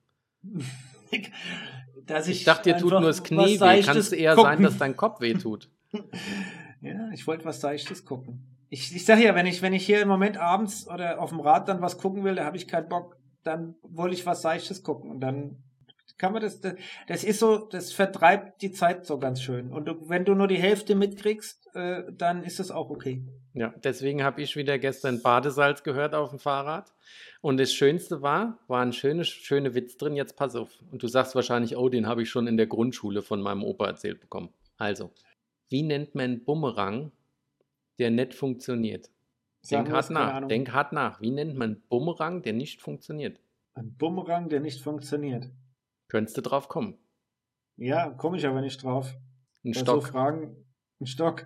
Ich dachte, dir tut nur das Knie weh. Kann es eher sein, dass dein Kopf weh tut? Ja, ich wollte was Seichtes gucken. Ich sage ja, wenn ich hier im Moment abends oder auf dem Rad dann was gucken will, da habe ich keinen Bock, dann wollte ich was Seichtes gucken und dann kann man das ist so, das vertreibt die Zeit so ganz schön. Und wenn du nur die Hälfte mitkriegst, dann ist es auch okay. Ja, deswegen habe ich wieder gestern Badesalz gehört auf dem Fahrrad. Und das Schönste war ein schöne Witz drin, jetzt pass auf. Und du sagst wahrscheinlich, oh, den habe ich schon in der Grundschule von meinem Opa erzählt bekommen. Also, wie nennt man einen Bumerang, der nicht funktioniert? Denk hart nach. Wie nennt man einen Bumerang, der nicht funktioniert? Ein Bumerang, der nicht funktioniert. Könntest du drauf kommen? Ja, komme ich aber nicht drauf. Ein Stock. So Fragen, ein Stock.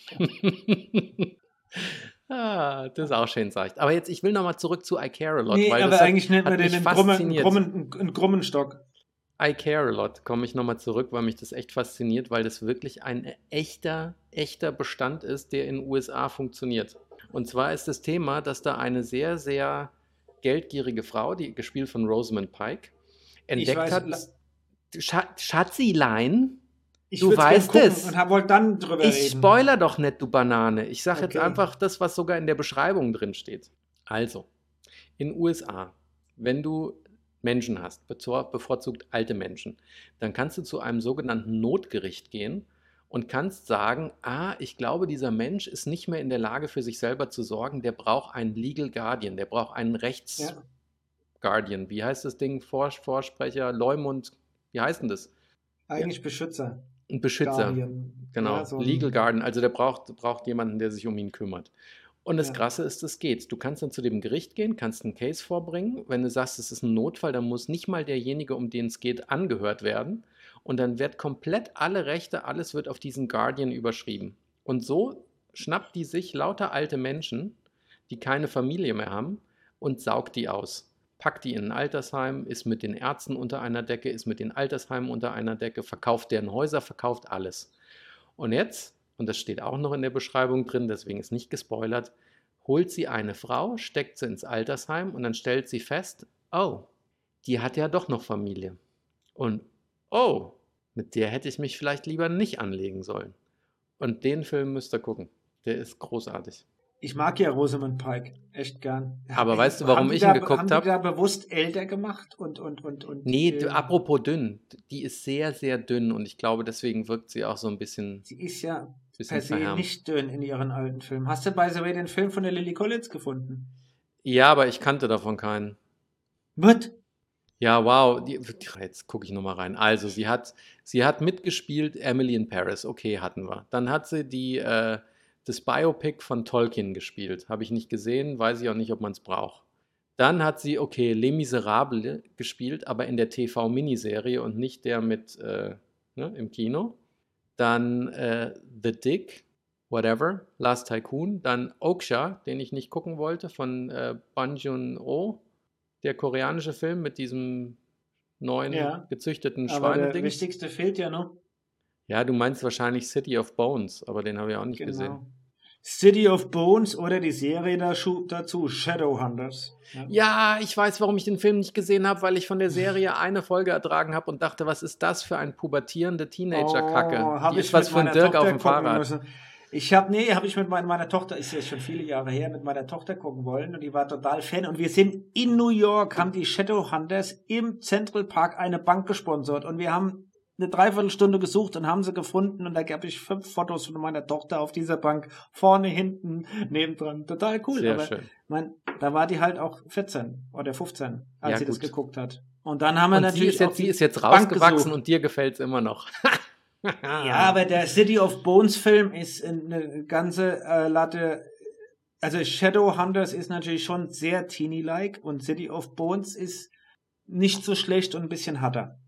Das ist auch schön seicht. Aber jetzt, ich will nochmal zurück zu I Care a Lot. Nee, weil aber das eigentlich nennt man den einen krummen Stock. I Care a Lot, komme ich nochmal zurück, weil mich das echt fasziniert, weil das wirklich ein echter Bestand ist, der in den USA funktioniert. Und zwar ist das Thema, dass da eine sehr, sehr geldgierige Frau, die gespielt von Rosamund Pike, entdeckt hat, Schatzilein, du weißt es. Und wollte dann drüber reden. Ich spoiler doch nicht, du Banane. Ich sage jetzt einfach das, was sogar in der Beschreibung drin steht. Also, in den USA, wenn du Menschen hast, bevorzugt alte Menschen, dann kannst du zu einem sogenannten Notgericht gehen und kannst sagen, ich glaube, dieser Mensch ist nicht mehr in der Lage, für sich selber zu sorgen, der braucht einen Legal Guardian, der braucht einen Rechtsguardian. Wie heißt das Ding? Vorsprecher, Leumund, wie heißt denn das? Eigentlich Beschützer. Ein Beschützer, Guardian. Ja, genau. so Legal ein, Guardian, also der braucht jemanden, der sich um ihn kümmert. Und das ja. Krasse ist, es geht. Du kannst dann zu dem Gericht gehen, kannst einen Case vorbringen. Wenn du sagst, es ist ein Notfall, dann muss nicht mal derjenige, um den es geht, angehört werden. Und dann wird komplett alle Rechte, alles wird auf diesen Guardian überschrieben. Und so schnappt die sich lauter alte Menschen, die keine Familie mehr haben, und saugt die aus. Packt die in ein Altersheim, ist mit den Ärzten unter einer Decke, ist mit den Altersheimen unter einer Decke, verkauft deren Häuser, verkauft alles. Und jetzt, und das steht auch noch in der Beschreibung drin, deswegen ist nicht gespoilert, holt sie eine Frau, steckt sie ins Altersheim und dann stellt sie fest, oh, die hat ja doch noch Familie. Und oh, mit der hätte ich mich vielleicht lieber nicht anlegen sollen. Und den Film müsst ihr gucken. Der ist großartig. Ich mag ja Rosamund Pike echt gern. Aber weißt du, warum ich ihn geguckt Haben die da habe? bewusst älter gemacht und Nee, apropos dünn. Die ist sehr, sehr dünn und ich glaube, deswegen wirkt sie auch so ein bisschen sie ist ja bisschen per se verhärmt. nicht dünn in ihren alten Filmen. Hast du by the way den Film von der Lily Collins gefunden? Ja, aber ich kannte davon keinen. What? Ja, wow. Jetzt gucke ich nochmal rein. Also, sie hat mitgespielt, Emily in Paris. Okay, hatten wir. Dann hat sie das Biopic von Tolkien gespielt. Habe ich nicht gesehen, weiß ich auch nicht, ob man es braucht. Dann hat sie, okay, Les Miserables gespielt, aber in der TV-Miniserie und nicht der mit im Kino. Dann The Dick, whatever, Last Tycoon. Dann Okja, den ich nicht gucken wollte, von Bong Joon-ho. Der koreanische Film mit diesem neuen Ja, gezüchteten aber der Schweinedings. wichtigste fehlt ja noch. Ja, du meinst wahrscheinlich City of Bones, aber den habe ich auch nicht gesehen. Genau. City of Bones oder die Serie dazu, Shadowhunters. Ja. Ja, ich weiß, warum ich den Film nicht gesehen habe, weil ich von der Serie eine Folge ertragen habe und dachte, was ist das für ein pubertierende Teenager-Kacke? Hab Die ich ist was mit für ein meiner Dirk Tochter auf dem gucken Fahrrad. müssen. Habe ich mit meiner Tochter, ist ja schon viele Jahre her, mit meiner Tochter gucken wollen und die war total Fan und wir sind in New York, haben die Shadowhunters im Central Park eine Bank gesponsert und wir haben eine Dreiviertelstunde gesucht und haben sie gefunden und da gab ich 5 Fotos von meiner Tochter auf dieser Bank, vorne, hinten, nebendran, total cool. Sehr aber schön. da war die halt auch 14 oder 15, als Ja, sie das gut. geguckt hat. Und dann haben wir Und natürlich auch sie ist jetzt Bank rausgewachsen gesucht. und dir gefällt es immer noch. Ja, aber der City of Bones Film ist eine ganze Latte. Also Shadowhunters ist natürlich schon sehr teeny-like und City of Bones ist nicht so schlecht und ein bisschen harter.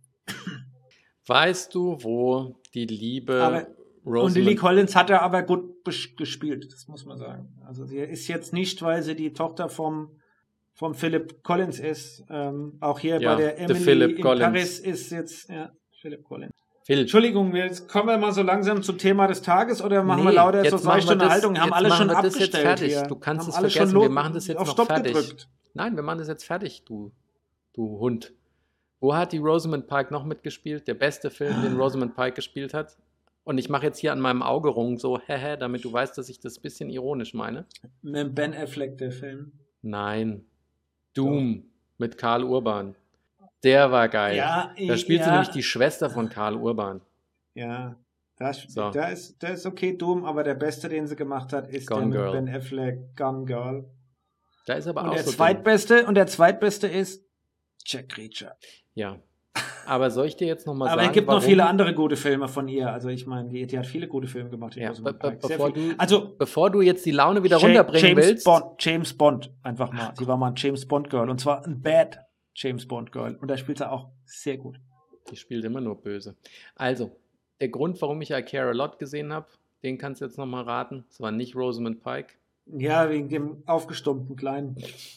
Weißt du, wo die liebe Aber, und Lily Collins hat er aber gut gespielt, das muss man sagen. Also sie ist jetzt nicht, weil sie die Tochter vom Philip Collins ist. Auch hier Ja, bei der the Emily Philip in Collins. Paris ist jetzt Philip Collins. Phil, Entschuldigung, jetzt kommen wir mal so langsam zum Thema des Tages oder machen wir nee, lauter so jetzt machen wir seichte das- Unterhaltung? Haben jetzt alle machen schon wir das jetzt abgestellt fertig. hier. Du kannst Haben es alle vergessen, schon wir machen das jetzt auf noch Stopp fertig. gedrückt. Nein, wir machen das jetzt fertig, du Hund. Wo hat die Rosamund Pike noch mitgespielt? Der beste Film, den Rosamund Pike gespielt hat. Und ich mache jetzt hier an meinem Auge rum so, damit du weißt, dass ich das ein bisschen ironisch meine. Mit Ben Affleck, der Film. Nein. Doom mit Karl Urban. Der war geil. Ja, Da spielt sie ja. nämlich die Schwester von Karl Urban. Ja, das So. ist okay dumm, aber der beste, den sie gemacht hat, ist Gone der mit Girl. Ben Affleck, Gone Girl. Da ist aber Und auch der so zweitbeste ist Jack Reacher. Ja. Aber soll ich dir jetzt nochmal Aber sagen, es gibt noch warum- viele andere gute Filme von ihr. Also ich meine, die hat viele gute Filme gemacht. die Ja, Rosamund Pike. Sehr bevor viel. du, Also bevor du jetzt die Laune wieder runterbringen willst. James Bond, einfach mal. Sie war mal ein James Bond Girl und zwar ein Bad James Bond Girl und da spielt sie auch sehr gut. Die spielt immer nur böse. Also, der Grund, warum ich I Care a Lot gesehen habe, den kannst du jetzt nochmal raten. Es war nicht Rosamund Pike. Ja, wegen dem aufgestumpften Kleinen.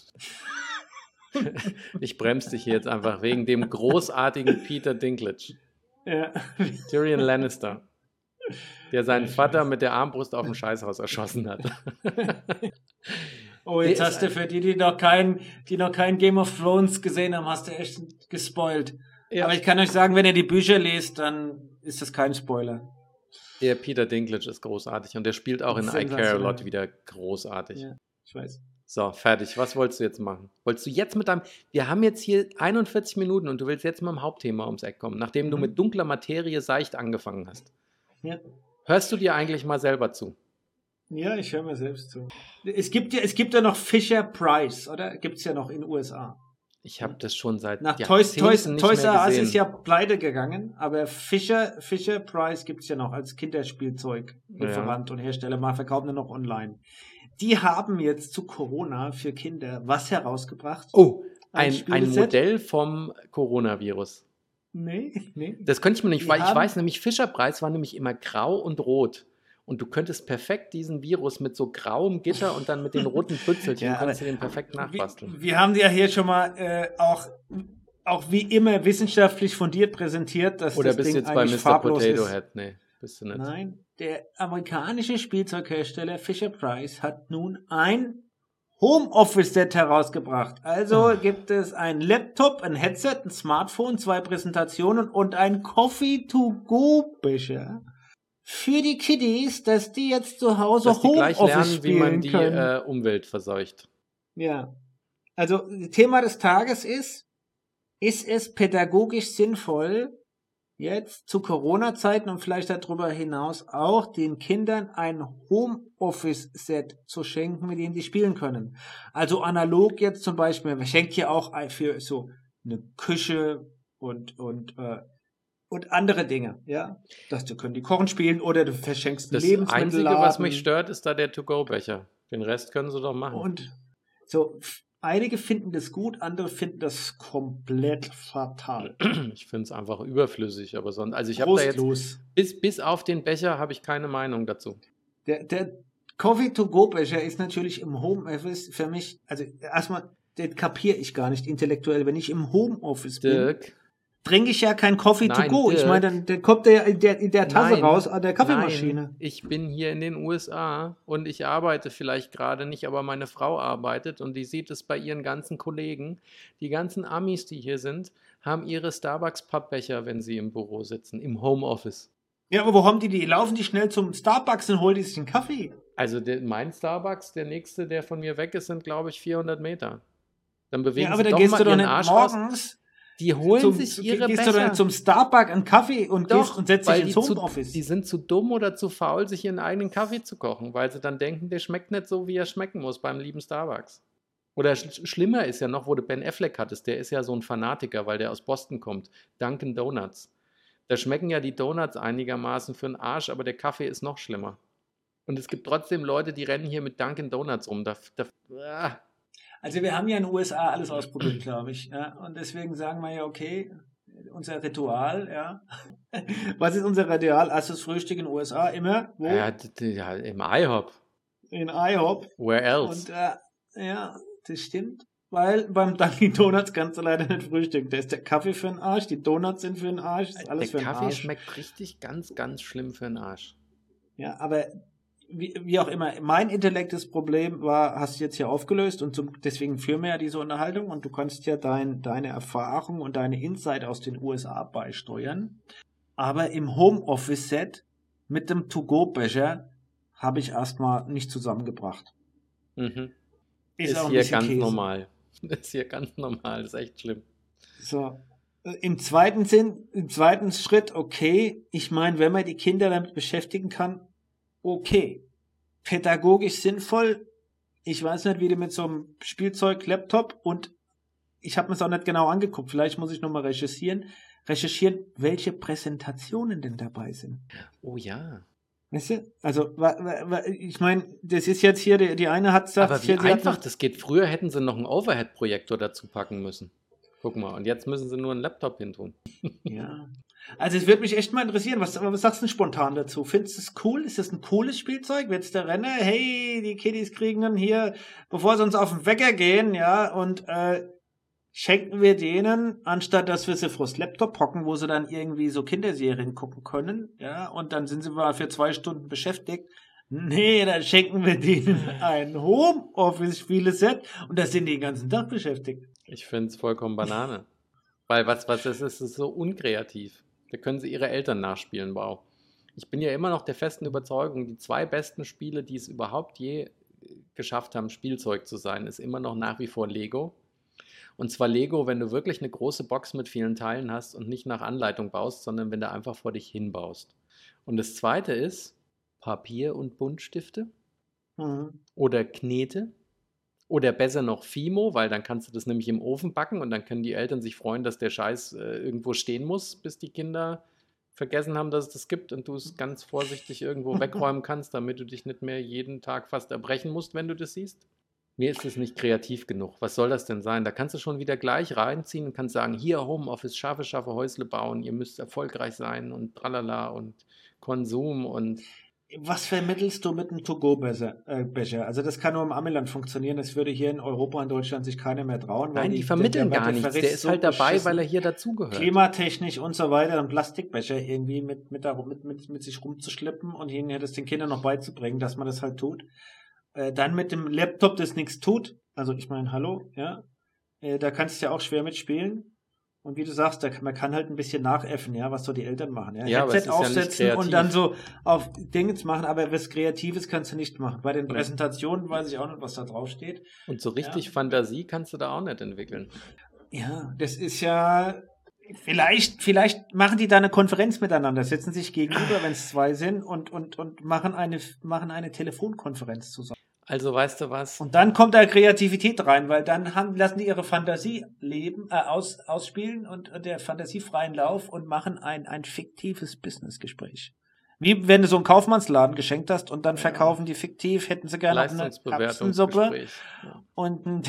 Ich bremse dich hier jetzt einfach wegen dem großartigen Peter Dinklage. Ja. Tyrion Lannister. Der seinen Ja, Vater mit der Armbrust auf dem Scheißhaus erschossen hat. Oh, jetzt Der hast ist du für die noch kein Game of Thrones gesehen haben, hast du echt gespoilt. Ja. Aber ich kann euch sagen, wenn ihr die Bücher lest, dann ist das kein Spoiler. Der Peter Dinklage ist großartig und der spielt auch in I Care a Sensationell. Lot wieder großartig. Ja, ich weiß. So, fertig. Was wolltest du jetzt machen? Wolltest du jetzt mit deinem... Wir haben jetzt hier 41 Minuten und du willst jetzt mit dem Hauptthema ums Eck kommen, nachdem du mit dunkler Materie seicht angefangen hast. Ja. Hörst du dir eigentlich mal selber zu? Ja, ich höre mir selbst zu. Es gibt ja noch Fisher Price, oder? Gibt's ja noch in den USA. Ich habe das schon seit Nach Jahrzehnten nicht Toys mehr R Us gesehen. ist ja pleite gegangen, aber Fisher Price gibt es ja noch als Kinderspielzeuglieferant und Hersteller, mal verkaufen nur noch online. Die haben jetzt zu Corona für Kinder was herausgebracht? Oh, ein Spieleset? Modell vom Coronavirus. Nee. Das könnte ich mir nicht, Die weil ich haben- weiß nämlich, Fisher Price war nämlich immer grau und rot. Und du könntest perfekt diesen Virus mit so grauem Gitter und dann mit den roten Pützelchen, Ja, könntest du aber den perfekt nachbasteln. Wir haben ja hier schon mal auch wie immer wissenschaftlich fundiert präsentiert, dass Oder das bist du Ding jetzt bei eigentlich Mr. farblos Potato ist. Head? Nee, bist du nicht. Nein, der amerikanische Spielzeughersteller Fisher Price hat nun ein Homeoffice-Set herausgebracht. Also gibt es ein Laptop, ein Headset, ein Smartphone, 2 Präsentationen und ein Coffee-to-go-Becher für die Kiddies, dass die jetzt zu Hause Dass die gleich Homeoffice lernen, wie man spielen die können. Umwelt verseucht. Ja. Also Thema des Tages ist es pädagogisch sinnvoll, jetzt zu Corona-Zeiten und vielleicht darüber hinaus auch den Kindern ein Homeoffice-Set zu schenken, mit dem die spielen können. Also analog jetzt zum Beispiel, man schenkt ja auch für so eine Küche und andere Dinge, ja. Du können die kochen spielen oder du verschenkst einen Das Lebensmittelladen. Einzige, was mich stört, ist da der To-Go-Becher. Den Rest können sie doch machen. Und so, einige finden das gut, andere finden das komplett fatal. Ich finde es einfach überflüssig, aber sonst. Also ich habe da Trostlos. jetzt, bis auf den Becher habe ich keine Meinung dazu. Der Coffee-to-go-Becher ist natürlich im Homeoffice für mich, also erstmal, den kapiere ich gar nicht intellektuell. Wenn ich im Homeoffice bin, Dirk, trinke ich ja kein Coffee to Nein, go. Ich Dirk. meine, dann kommt der in der Tasse Nein, raus an der Kaffeemaschine. Nein, ich bin hier in den USA und ich arbeite vielleicht gerade nicht, aber meine Frau arbeitet und die sieht es bei ihren ganzen Kollegen. Die ganzen Amis, die hier sind, haben ihre Starbucks-Pappbecher, wenn sie im Büro sitzen, im Homeoffice. Ja, aber wo haben die? Laufen die schnell zum Starbucks und holen die sich einen Kaffee? Also mein Starbucks, der nächste, der von mir weg ist, sind, glaube ich, 400 Meter. Dann bewegen Ja, aber sie dann doch gehst mal du doch ihren nicht Arsch raus. morgens. Die holen sich ihre gehst Becher. du doch nicht zum Starbucks einen Kaffee und Doch, setzt weil dich ins die Homeoffice. die sind zu dumm oder zu faul, sich ihren eigenen Kaffee zu kochen, weil sie dann denken, der schmeckt nicht so, wie er schmecken muss beim lieben Starbucks. Oder schlimmer ist ja noch, wo du Ben Affleck hattest, der ist ja so ein Fanatiker, weil der aus Boston kommt. Dunkin' Donuts. Da schmecken ja die Donuts einigermaßen für den Arsch, aber der Kaffee ist noch schlimmer. Und es gibt trotzdem Leute, die rennen hier mit Dunkin' Donuts rum. Also wir haben ja in den USA alles ausprobiert, glaube ich. Ja? Und deswegen sagen wir ja, okay, unser Ritual, ja. Was ist unser Ritual? Erstes Frühstück in den USA immer? Wo? Ja, im IHOP. In IHOP. Where else? Und ja, das stimmt. Weil beim Dunkin' Donuts kannst du leider nicht frühstücken. Da ist der Kaffee für den Arsch, die Donuts sind für den Arsch, ist alles für den Arsch. Der Kaffee schmeckt richtig ganz, ganz schlimm für den Arsch. Ja, aber wie auch immer, mein intellektes Problem hast du jetzt hier aufgelöst und deswegen führen wir ja diese Unterhaltung und du kannst ja deine Erfahrung und deine Insight aus den USA beisteuern. Aber im Homeoffice-Set mit dem To-Go-Becher habe ich erstmal nicht zusammengebracht. Mhm. Ist auch ein hier bisschen ganz Käse. normal. Ist hier ganz normal, ist echt schlimm. So. Im zweiten Schritt, okay, ich meine, wenn man die Kinder damit beschäftigen kann, okay. Pädagogisch sinnvoll. Ich weiß nicht, wie du mit so einem Spielzeug-Laptop und ich habe mir es auch nicht genau angeguckt. Vielleicht muss ich nochmal recherchieren, welche Präsentationen denn dabei sind. Oh ja. Weißt du? Also, ich meine, das ist jetzt hier, die eine hat gesagt... Aber wie einfach das geht. Früher hätten sie noch einen Overhead-Projektor dazu packen müssen. Guck mal, und jetzt müssen sie nur einen Laptop hintun. Ja. Also es würde mich echt mal interessieren, was sagst du denn spontan dazu? Findest du es cool? Ist das ein cooles Spielzeug? Wird's der Renner? Hey, die Kiddies kriegen dann hier, bevor sie uns auf den Wecker gehen, ja, und schenken wir denen, anstatt dass wir sie vors Laptop hocken, wo sie dann irgendwie so Kinderserien gucken können, ja, und dann sind sie mal für 2 Stunden beschäftigt. Nee, dann schenken wir denen ein Homeoffice-Spieleset und da sind die den ganzen Tag beschäftigt. Ich finde es vollkommen Banane. Weil was ist so unkreativ. Da können sie ihre Eltern nachspielen, wow. Ich bin ja immer noch der festen Überzeugung, die 2 besten Spiele, die es überhaupt je geschafft haben, Spielzeug zu sein, ist immer noch nach wie vor Lego. Und zwar Lego, wenn du wirklich eine große Box mit vielen Teilen hast und nicht nach Anleitung baust, sondern wenn du einfach vor dich hin baust. Und das zweite ist Papier und Buntstifte oder Knete Oder besser noch Fimo, weil dann kannst du das nämlich im Ofen backen und dann können die Eltern sich freuen, dass der Scheiß irgendwo stehen muss, bis die Kinder vergessen haben, dass es das gibt und du es ganz vorsichtig irgendwo wegräumen kannst, damit du dich nicht mehr jeden Tag fast erbrechen musst, wenn du das siehst. Mir ist es nicht kreativ genug. Was soll das denn sein? Da kannst du schon wieder gleich reinziehen und kannst sagen, hier Homeoffice, scharfe Häusle bauen, ihr müsst erfolgreich sein und tralala und Konsum und Was vermittelst du mit einem To-Go-Becher? Also das kann nur im Amiland funktionieren. Das würde hier in Europa, in Deutschland sich keiner mehr trauen. Weil nein, die vermitteln der gar nichts. Der verrisst ist so halt dabei, beschissen, weil er hier dazugehört. klimatechnisch und so weiter, einen Plastikbecher irgendwie mit sich rumzuschleppen und ihnen das den Kindern noch beizubringen, dass man das halt tut. Dann mit dem Laptop, das nichts tut. Also ich meine, hallo, ja. Da kannst du ja auch schwer mitspielen. Und wie du sagst, man kann halt ein bisschen nachäffen, ja, was so die Eltern machen. Ja, Ja, aber es Headset ist ja nicht aufsetzen und kreativ. dann so auf Dinge machen, aber was Kreatives kannst du nicht machen. Bei den Präsentationen weiß ich auch nicht, was da drauf steht. Und so richtig Ja. Fantasie kannst du da auch nicht entwickeln. Ja, das ist ja. Vielleicht machen die da eine Konferenz miteinander, setzen sich gegenüber, wenn es zwei sind, und machen eine Telefonkonferenz zusammen. Also weißt du was? Und dann kommt da Kreativität rein, weil dann lassen die ihre Fantasie ausspielen und der fantasiefreien Lauf und machen ein fiktives Businessgespräch. Wie wenn du so einen Kaufmannsladen geschenkt hast und dann verkaufen die fiktiv, hätten sie gerne eine Erbsensuppe Leistungsbewertungsgespräch. Ja. und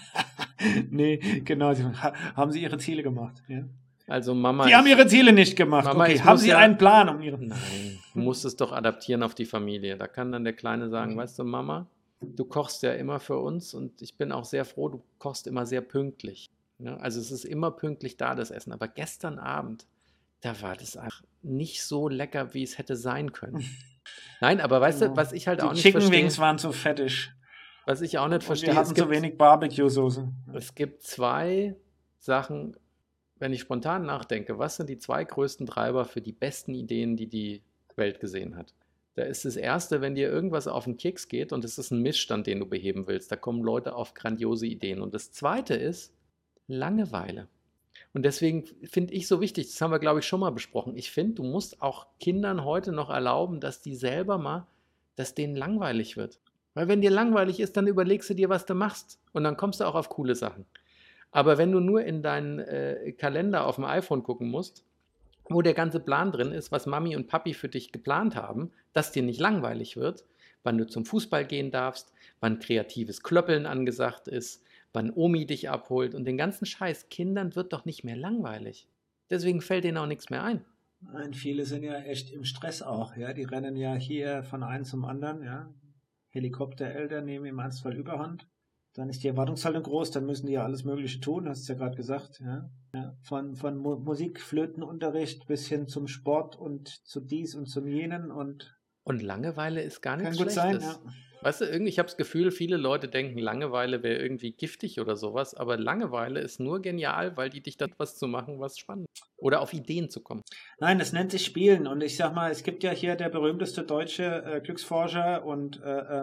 nee, genau, haben sie ihre Ziele gemacht. Ja. Also Mama, Die haben ihre Ziele nicht gemacht. Mama, Okay, ich haben muss sie ja- einen Plan um ihre... nein, du musst es doch adaptieren auf die Familie. Da kann dann der Kleine sagen, weißt du, Mama, du kochst ja immer für uns und ich bin auch sehr froh, du kochst immer sehr pünktlich. Ja, also es ist immer pünktlich da, das Essen. Aber gestern Abend, da war das einfach nicht so lecker, wie es hätte sein können. Nein, aber weißt du, was ich halt auch Die nicht Chicken verstehe, Wings waren zu fettig. was ich auch nicht Und verstehe, wir hatten zu wenig Barbecue-Soße. es gibt zwei Sachen, wenn ich spontan nachdenke, was sind die zwei größten Treiber für die besten Ideen, die die Welt gesehen hat? Da ist das Erste, wenn dir irgendwas auf den Keks geht und es ist ein Missstand, den du beheben willst. Da kommen Leute auf grandiose Ideen. Und das Zweite ist Langeweile. Und deswegen finde ich so wichtig, das haben wir, glaube ich, schon mal besprochen. Ich finde, du musst auch Kindern heute noch erlauben, dass die selber mal, dass denen langweilig wird. Weil wenn dir langweilig ist, dann überlegst du dir, was du machst. Und dann kommst du auch auf coole Sachen. Aber wenn du nur in deinen Kalender auf dem iPhone gucken musst, wo der ganze Plan drin ist, was Mami und Papi für dich geplant haben, dass dir nicht langweilig wird, wann du zum Fußball gehen darfst, wann kreatives Klöppeln angesagt ist, wann Omi dich abholt und den ganzen Scheiß, Kindern wird doch nicht mehr langweilig. Deswegen fällt denen auch nichts mehr ein. Nein, viele sind ja echt im Stress auch, ja. Die rennen ja hier von einem zum anderen, ja. Helikoptereltern nehmen im Ernstfall Überhand. Dann ist die Erwartungshaltung groß, dann müssen die ja alles Mögliche tun, hast du ja gerade gesagt, ja. Von Musik, Flötenunterricht bis hin zum Sport und zu dies und zum jenen und Langeweile ist gar nichts kann gut sein, Schlechtes. ja. Weißt du, irgendwie, ich habe das Gefühl, viele Leute denken, Langeweile wäre irgendwie giftig oder sowas, aber Langeweile ist nur genial, weil die dich dann was zu machen, was spannend ist. Oder auf Ideen zu kommen. Nein, das nennt sich Spielen. Und ich sag mal, es gibt ja hier der berühmteste deutsche Glücksforscher und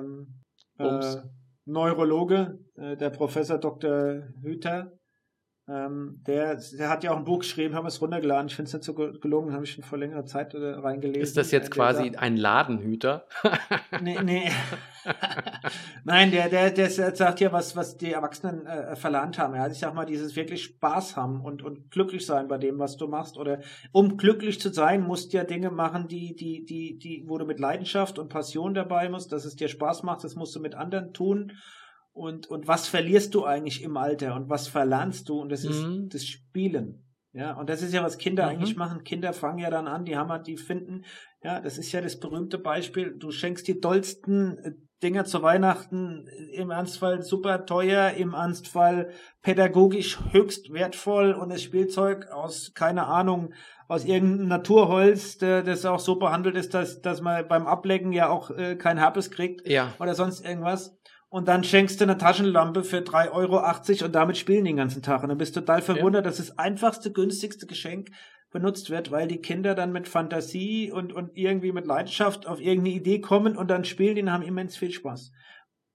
Neurologe, der Professor Dr. Hüther. Der hat ja auch ein Buch geschrieben, haben es runtergeladen. Ich finde es nicht so gelungen, habe ich schon vor längerer Zeit reingelesen. Ist das jetzt quasi ein Ladenhüter? Nee. Nein, der sagt ja, was die Erwachsenen verlernt haben. Ja. Also ich sag mal, dieses wirklich Spaß haben und glücklich sein bei dem, was du machst. Oder um glücklich zu sein, musst du ja Dinge machen, wo du mit Leidenschaft und Passion dabei musst, dass es dir Spaß macht, das musst du mit anderen tun. Und was verlierst du eigentlich im Alter und was verlernst du? Und das ist das Spielen. Ja, und das ist ja, was Kinder eigentlich machen. Kinder fangen ja dann an, die finden, ja, das ist ja das berühmte Beispiel, du schenkst die dollsten Dinger zu Weihnachten, im Ernstfall super teuer, im Ernstfall pädagogisch höchst wertvoll und das Spielzeug aus, keine Ahnung, aus irgendeinem Naturholz, das auch so behandelt ist, dass man beim Ablecken ja auch kein Herpes kriegt oder sonst irgendwas. Und dann schenkst du eine Taschenlampe für 3,80 € und damit spielen die den ganzen Tag. Und dann bist du total verwundert, dass das einfachste, günstigste Geschenk benutzt wird, weil die Kinder dann mit Fantasie und irgendwie mit Leidenschaft auf irgendeine Idee kommen und dann spielen die und haben immens viel Spaß.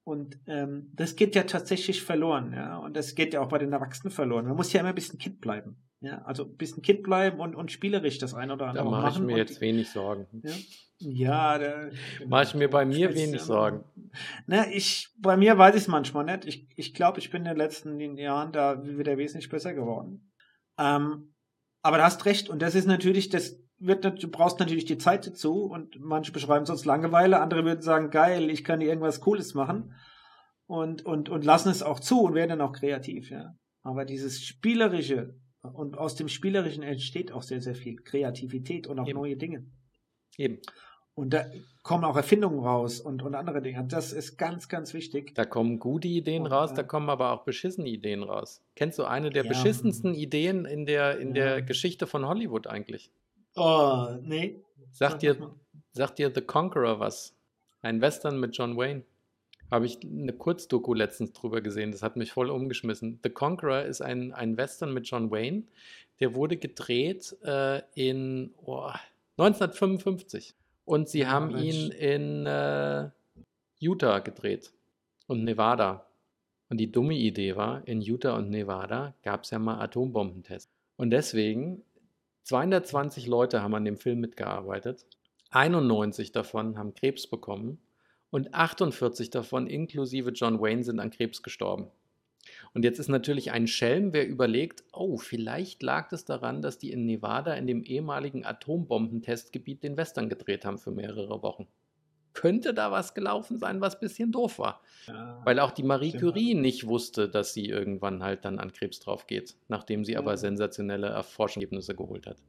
Und das geht ja tatsächlich verloren, ja. Und das geht ja auch bei den Erwachsenen verloren. Man muss ja immer ein bisschen Kind bleiben. Ja, also ein bisschen Kind bleiben und spielerisch das eine oder andere Da auch mache ich machen. mir Und jetzt wenig Sorgen. ja, Mache ich mir bei mir stellst wenig ja Sorgen. bei mir weiß ich es manchmal nicht. Ich glaube, ich bin in den letzten Jahren da wieder wesentlich besser geworden. Aber du hast recht. Und das ist natürlich, du brauchst natürlich die Zeit dazu. Und manche beschreiben sonst Langeweile. Andere würden sagen, geil, ich kann hier irgendwas Cooles machen. Und lassen es auch zu und werden dann auch kreativ, ja. Aber dieses Spielerische, und aus dem Spielerischen entsteht auch sehr, sehr viel Kreativität und auch Eben. neue Dinge. Eben. Und da kommen auch Erfindungen raus und andere Dinge. Das ist ganz, ganz wichtig. Da kommen gute Ideen raus, da kommen aber auch beschissene Ideen raus. Kennst du eine der beschissensten Ideen in der Geschichte von Hollywood eigentlich? Oh, nee. Sagt dir The Conqueror was? Ein Western mit John Wayne. Habe ich eine Kurzdoku letztens drüber gesehen, das hat mich voll umgeschmissen. The Conqueror ist ein Western mit John Wayne, der wurde gedreht in 1955 und sie haben ihn in Utah gedreht und Nevada. Und die dumme Idee war, in Utah und Nevada gab es ja mal Atombombentests. Und deswegen, 220 Leute haben an dem Film mitgearbeitet, 91 davon haben Krebs bekommen und 48 davon, inklusive John Wayne, sind an Krebs gestorben. Und jetzt ist natürlich ein Schelm, wer überlegt, vielleicht lag es daran, dass die in Nevada in dem ehemaligen Atombomben-Testgebiet den Western gedreht haben für mehrere Wochen. Könnte da was gelaufen sein, was ein bisschen doof war. Ja, weil auch die Marie Curie nicht wusste, dass sie irgendwann halt dann an Krebs drauf geht, nachdem sie aber sensationelle Forschungsergebnisse geholt hat.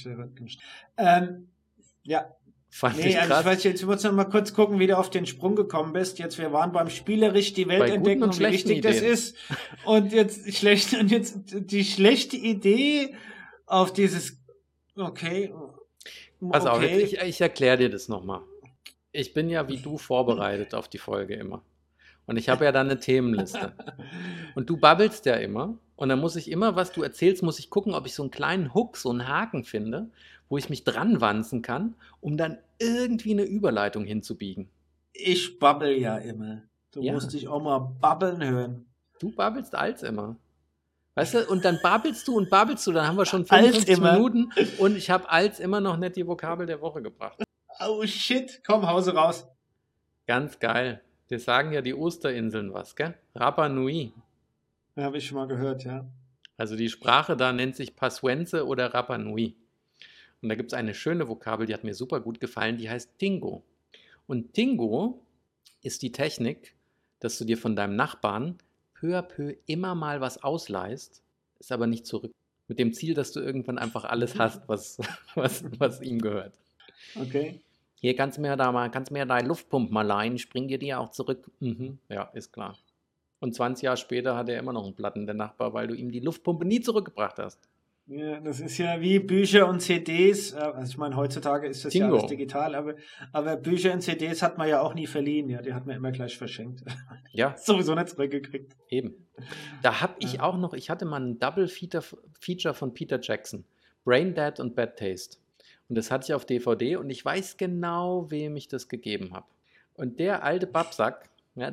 Ja. Jetzt muss noch mal kurz gucken, wie du auf den Sprung gekommen bist. Jetzt, wir waren beim spielerisch die Welt bei entdecken und wie wichtig Ideen. Das ist. Und jetzt die schlechte Idee auf dieses, okay. Pass auf, ich erkläre dir das nochmal. Ich bin ja wie du vorbereitet auf die Folge immer. Und ich habe ja dann eine Themenliste. Und du babbelst ja immer. Und dann muss ich immer, was du erzählst, muss ich gucken, ob ich so einen kleinen Hook, so einen Haken finde, wo ich mich dran wanzen kann, um dann irgendwie eine Überleitung hinzubiegen. Ich babbel ja immer. Du musst dich auch mal babbeln hören. Du babbelst als immer. Weißt du, und dann babbelst du, dann haben wir schon 55 Minuten und ich habe als immer noch nicht die Vokabel der Woche gebracht. Oh shit, komm, Hause raus. Ganz geil. Wir sagen ja die Osterinseln was, gell? Rapa Nui. Ja, habe ich schon mal gehört, ja. Also die Sprache da nennt sich Passuense oder Rapa Nui. Und da gibt es eine schöne Vokabel, die hat mir super gut gefallen, die heißt Tingo. Und Tingo ist die Technik, dass du dir von deinem Nachbarn peu à peu immer mal was ausleihst, ist aber nicht zurück. Mit dem Ziel, dass du irgendwann einfach alles hast, was ihm gehört. Okay. Hier kannst du mir deine Luftpumpe mal leihen, ich bring dir die auch zurück. Ja, ist klar. Und 20 Jahre später hat er immer noch einen Platten, der Nachbar, weil du ihm die Luftpumpe nie zurückgebracht hast. Ja, das ist ja wie Bücher und CDs. Also ich meine, heutzutage ist das ja alles digital, aber Bücher und CDs hat man ja auch nie verliehen. Ja, die hat man immer gleich verschenkt. Ja. Sowieso nicht zurückgekriegt. Eben. Da habe ich auch noch, ich hatte mal ein Double-Feature von Peter Jackson. Brain Dead und Bad Taste. Und das hatte ich auf DVD und ich weiß genau, wem ich das gegeben habe. Und der alte Babsack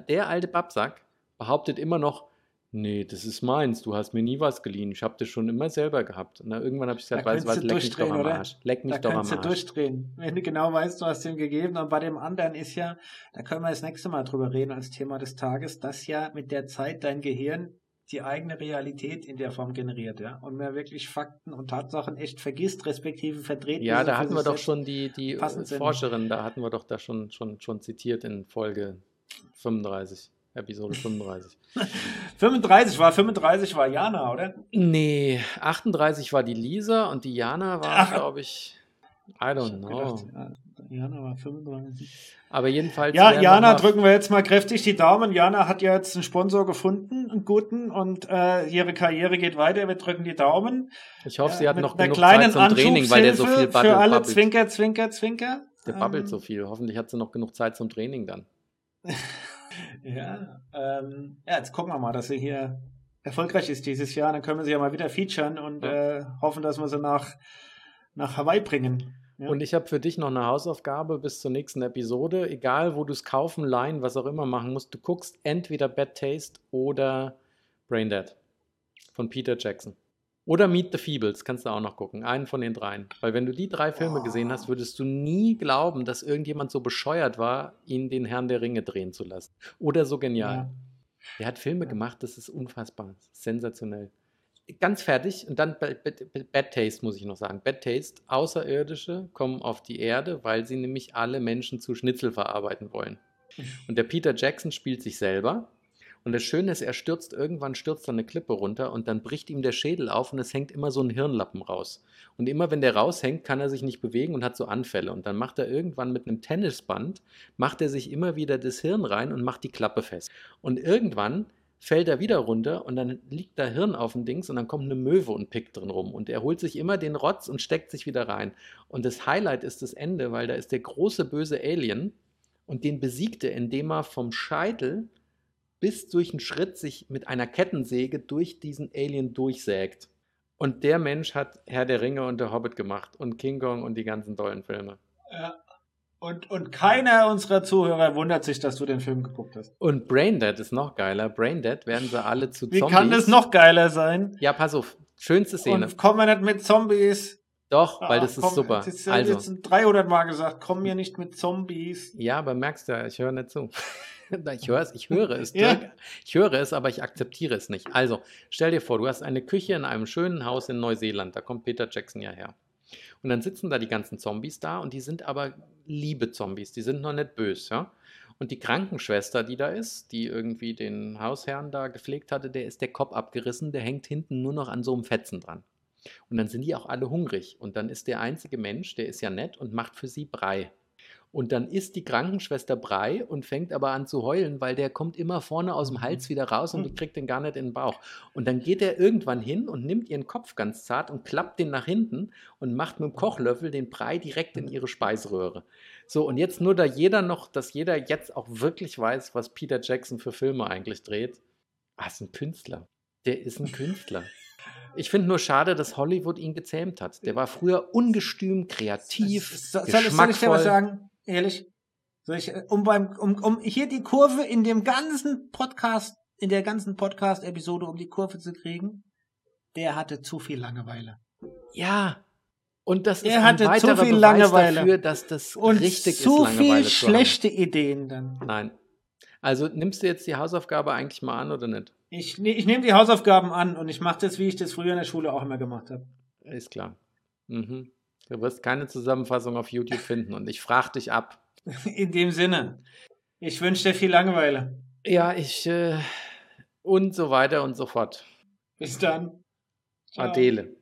behauptet immer noch, nee, das ist meins, du hast mir nie was geliehen, ich habe das schon immer selber gehabt. Und dann irgendwann habe ich gesagt, weißt du was, leck mich doch am Arsch. Leck mich doch am Arsch. Da kannst du durchdrehen, wenn du genau weißt, du hast ihm gegeben. Und bei dem anderen ist ja, da können wir das nächste Mal drüber reden als Thema des Tages, dass ja mit der Zeit dein Gehirn die eigene Realität in der Form generiert, ja, und mehr wirklich Fakten und Tatsachen echt vergisst, respektive verdreht. Ja, da hatten wir doch schon die Forscherin, da hatten wir doch da schon zitiert in Folge 35, Episode 35. 35 war Jana, oder? Nee, 38 war die Lisa und die Jana war, glaube ich, I don't know. Gedacht, Jana war 35. Aber jedenfalls. Ja, Jana, drücken wir jetzt mal kräftig die Daumen. Jana hat ja jetzt einen Sponsor gefunden, einen guten, und ihre Karriere geht weiter. Wir drücken die Daumen. Ich hoffe, sie hat noch genug Zeit zum Training, weil der so viel babbelt. Für alle Zwinker, Zwinker, Zwinker. Der babbelt so viel. Hoffentlich hat sie noch genug Zeit zum Training dann. Ja, jetzt gucken wir mal, dass sie hier erfolgreich ist dieses Jahr. Dann können wir sie ja mal wieder featuren und hoffen, dass wir sie nach Hawaii bringen. Ja. Und ich habe für dich noch eine Hausaufgabe bis zur nächsten Episode. Egal, wo du es kaufen, leihen, was auch immer machen musst, du guckst entweder Bad Taste oder Braindead von Peter Jackson. Oder Meet the Feebles, kannst du auch noch gucken. Einen von den dreien. Weil wenn du die 3 Filme gesehen hast, würdest du nie glauben, dass irgendjemand so bescheuert war, ihn den Herrn der Ringe drehen zu lassen. Oder so genial. Ja. Der hat Filme gemacht, das ist unfassbar. Sensationell. Ganz fertig. Und dann Bad Taste, muss ich noch sagen. Bad Taste, Außerirdische kommen auf die Erde, weil sie nämlich alle Menschen zu Schnitzel verarbeiten wollen. Und der Peter Jackson spielt sich selber. Und das Schöne ist, irgendwann stürzt dann eine Klippe runter und dann bricht ihm der Schädel auf und es hängt immer so ein Hirnlappen raus. Und immer wenn der raushängt, kann er sich nicht bewegen und hat so Anfälle. Und dann macht er irgendwann mit einem Tennisband, macht er sich immer wieder das Hirn rein und macht die Klappe fest. Und irgendwann fällt er wieder runter und dann liegt da Hirn auf dem Dings und dann kommt eine Möwe und pickt drin rum. Und er holt sich immer den Rotz und steckt sich wieder rein. Und das Highlight ist das Ende, weil da ist der große böse Alien und den besiegt er, indem er vom Scheitel bis durch einen Schritt sich mit einer Kettensäge durch diesen Alien durchsägt. Und der Mensch hat Herr der Ringe und der Hobbit gemacht und King Kong und die ganzen tollen Filme. Ja. Und keiner unserer Zuhörer wundert sich, dass du den Film geguckt hast. Und Braindead ist noch geiler. Braindead werden sie alle zu Wie Zombies. kann das noch geiler sein? Ja, pass auf. Schönste Szene. Und kommen wir nicht mit Zombies. Doch, weil das ist super. Das Also, jetzt 300 Mal gesagt, komm mir nicht mit Zombies. ja, aber merkst du, ich höre nicht zu. Ich höre es, Ja. Dirk. Ich höre es, aber ich akzeptiere es nicht. Also, stell dir vor, du hast eine Küche in einem schönen Haus in Neuseeland. Da kommt Peter Jackson ja her. Und dann sitzen da die ganzen Zombies da und die sind aber liebe Zombies. Die sind noch nicht böse, ja. Und die Krankenschwester, die da ist, die irgendwie den Hausherrn da gepflegt hatte, der ist der Kopf abgerissen, der hängt hinten nur noch an so einem Fetzen dran. Und dann sind die auch alle hungrig. Und dann ist der einzige Mensch, der ist ja nett und macht für sie Brei. Und dann isst die Krankenschwester Brei und fängt aber an zu heulen, weil der kommt immer vorne aus dem Hals wieder raus und die kriegt den gar nicht in den Bauch. Und dann geht er irgendwann hin und nimmt ihren Kopf ganz zart und klappt den nach hinten und macht mit dem Kochlöffel den Brei direkt in ihre Speiseröhre. So, und jetzt nur dass jeder jetzt auch wirklich weiß, was Peter Jackson für Filme eigentlich dreht. Ah, ist ein Künstler. Der ist ein Künstler. Ich finde nur schade, dass Hollywood ihn gezähmt hat. Der war früher ungestüm, kreativ, Soll ich dir was geschmackvoll. sagen? Ehrlich? Um hier die Kurve in der ganzen Podcast-Episode um die Kurve zu kriegen, der hatte zu viel Langeweile. Ja, und das ist Er ein hatte zu weiterer viel Beweis Langeweile. dafür, dass das Und richtig ist, zu Langeweile viel zu haben. schlechte Ideen dann. Nein. Also nimmst du jetzt die Hausaufgabe eigentlich mal an oder nicht? Ich nehme die Hausaufgaben an und ich mache das, wie ich das früher in der Schule auch immer gemacht habe. Ist klar. Mhm. Du wirst keine Zusammenfassung auf YouTube finden und ich frage dich ab. In dem Sinne. Ich wünsche dir viel Langeweile. Ja, und so weiter und so fort. Bis dann. Ciao. Adele.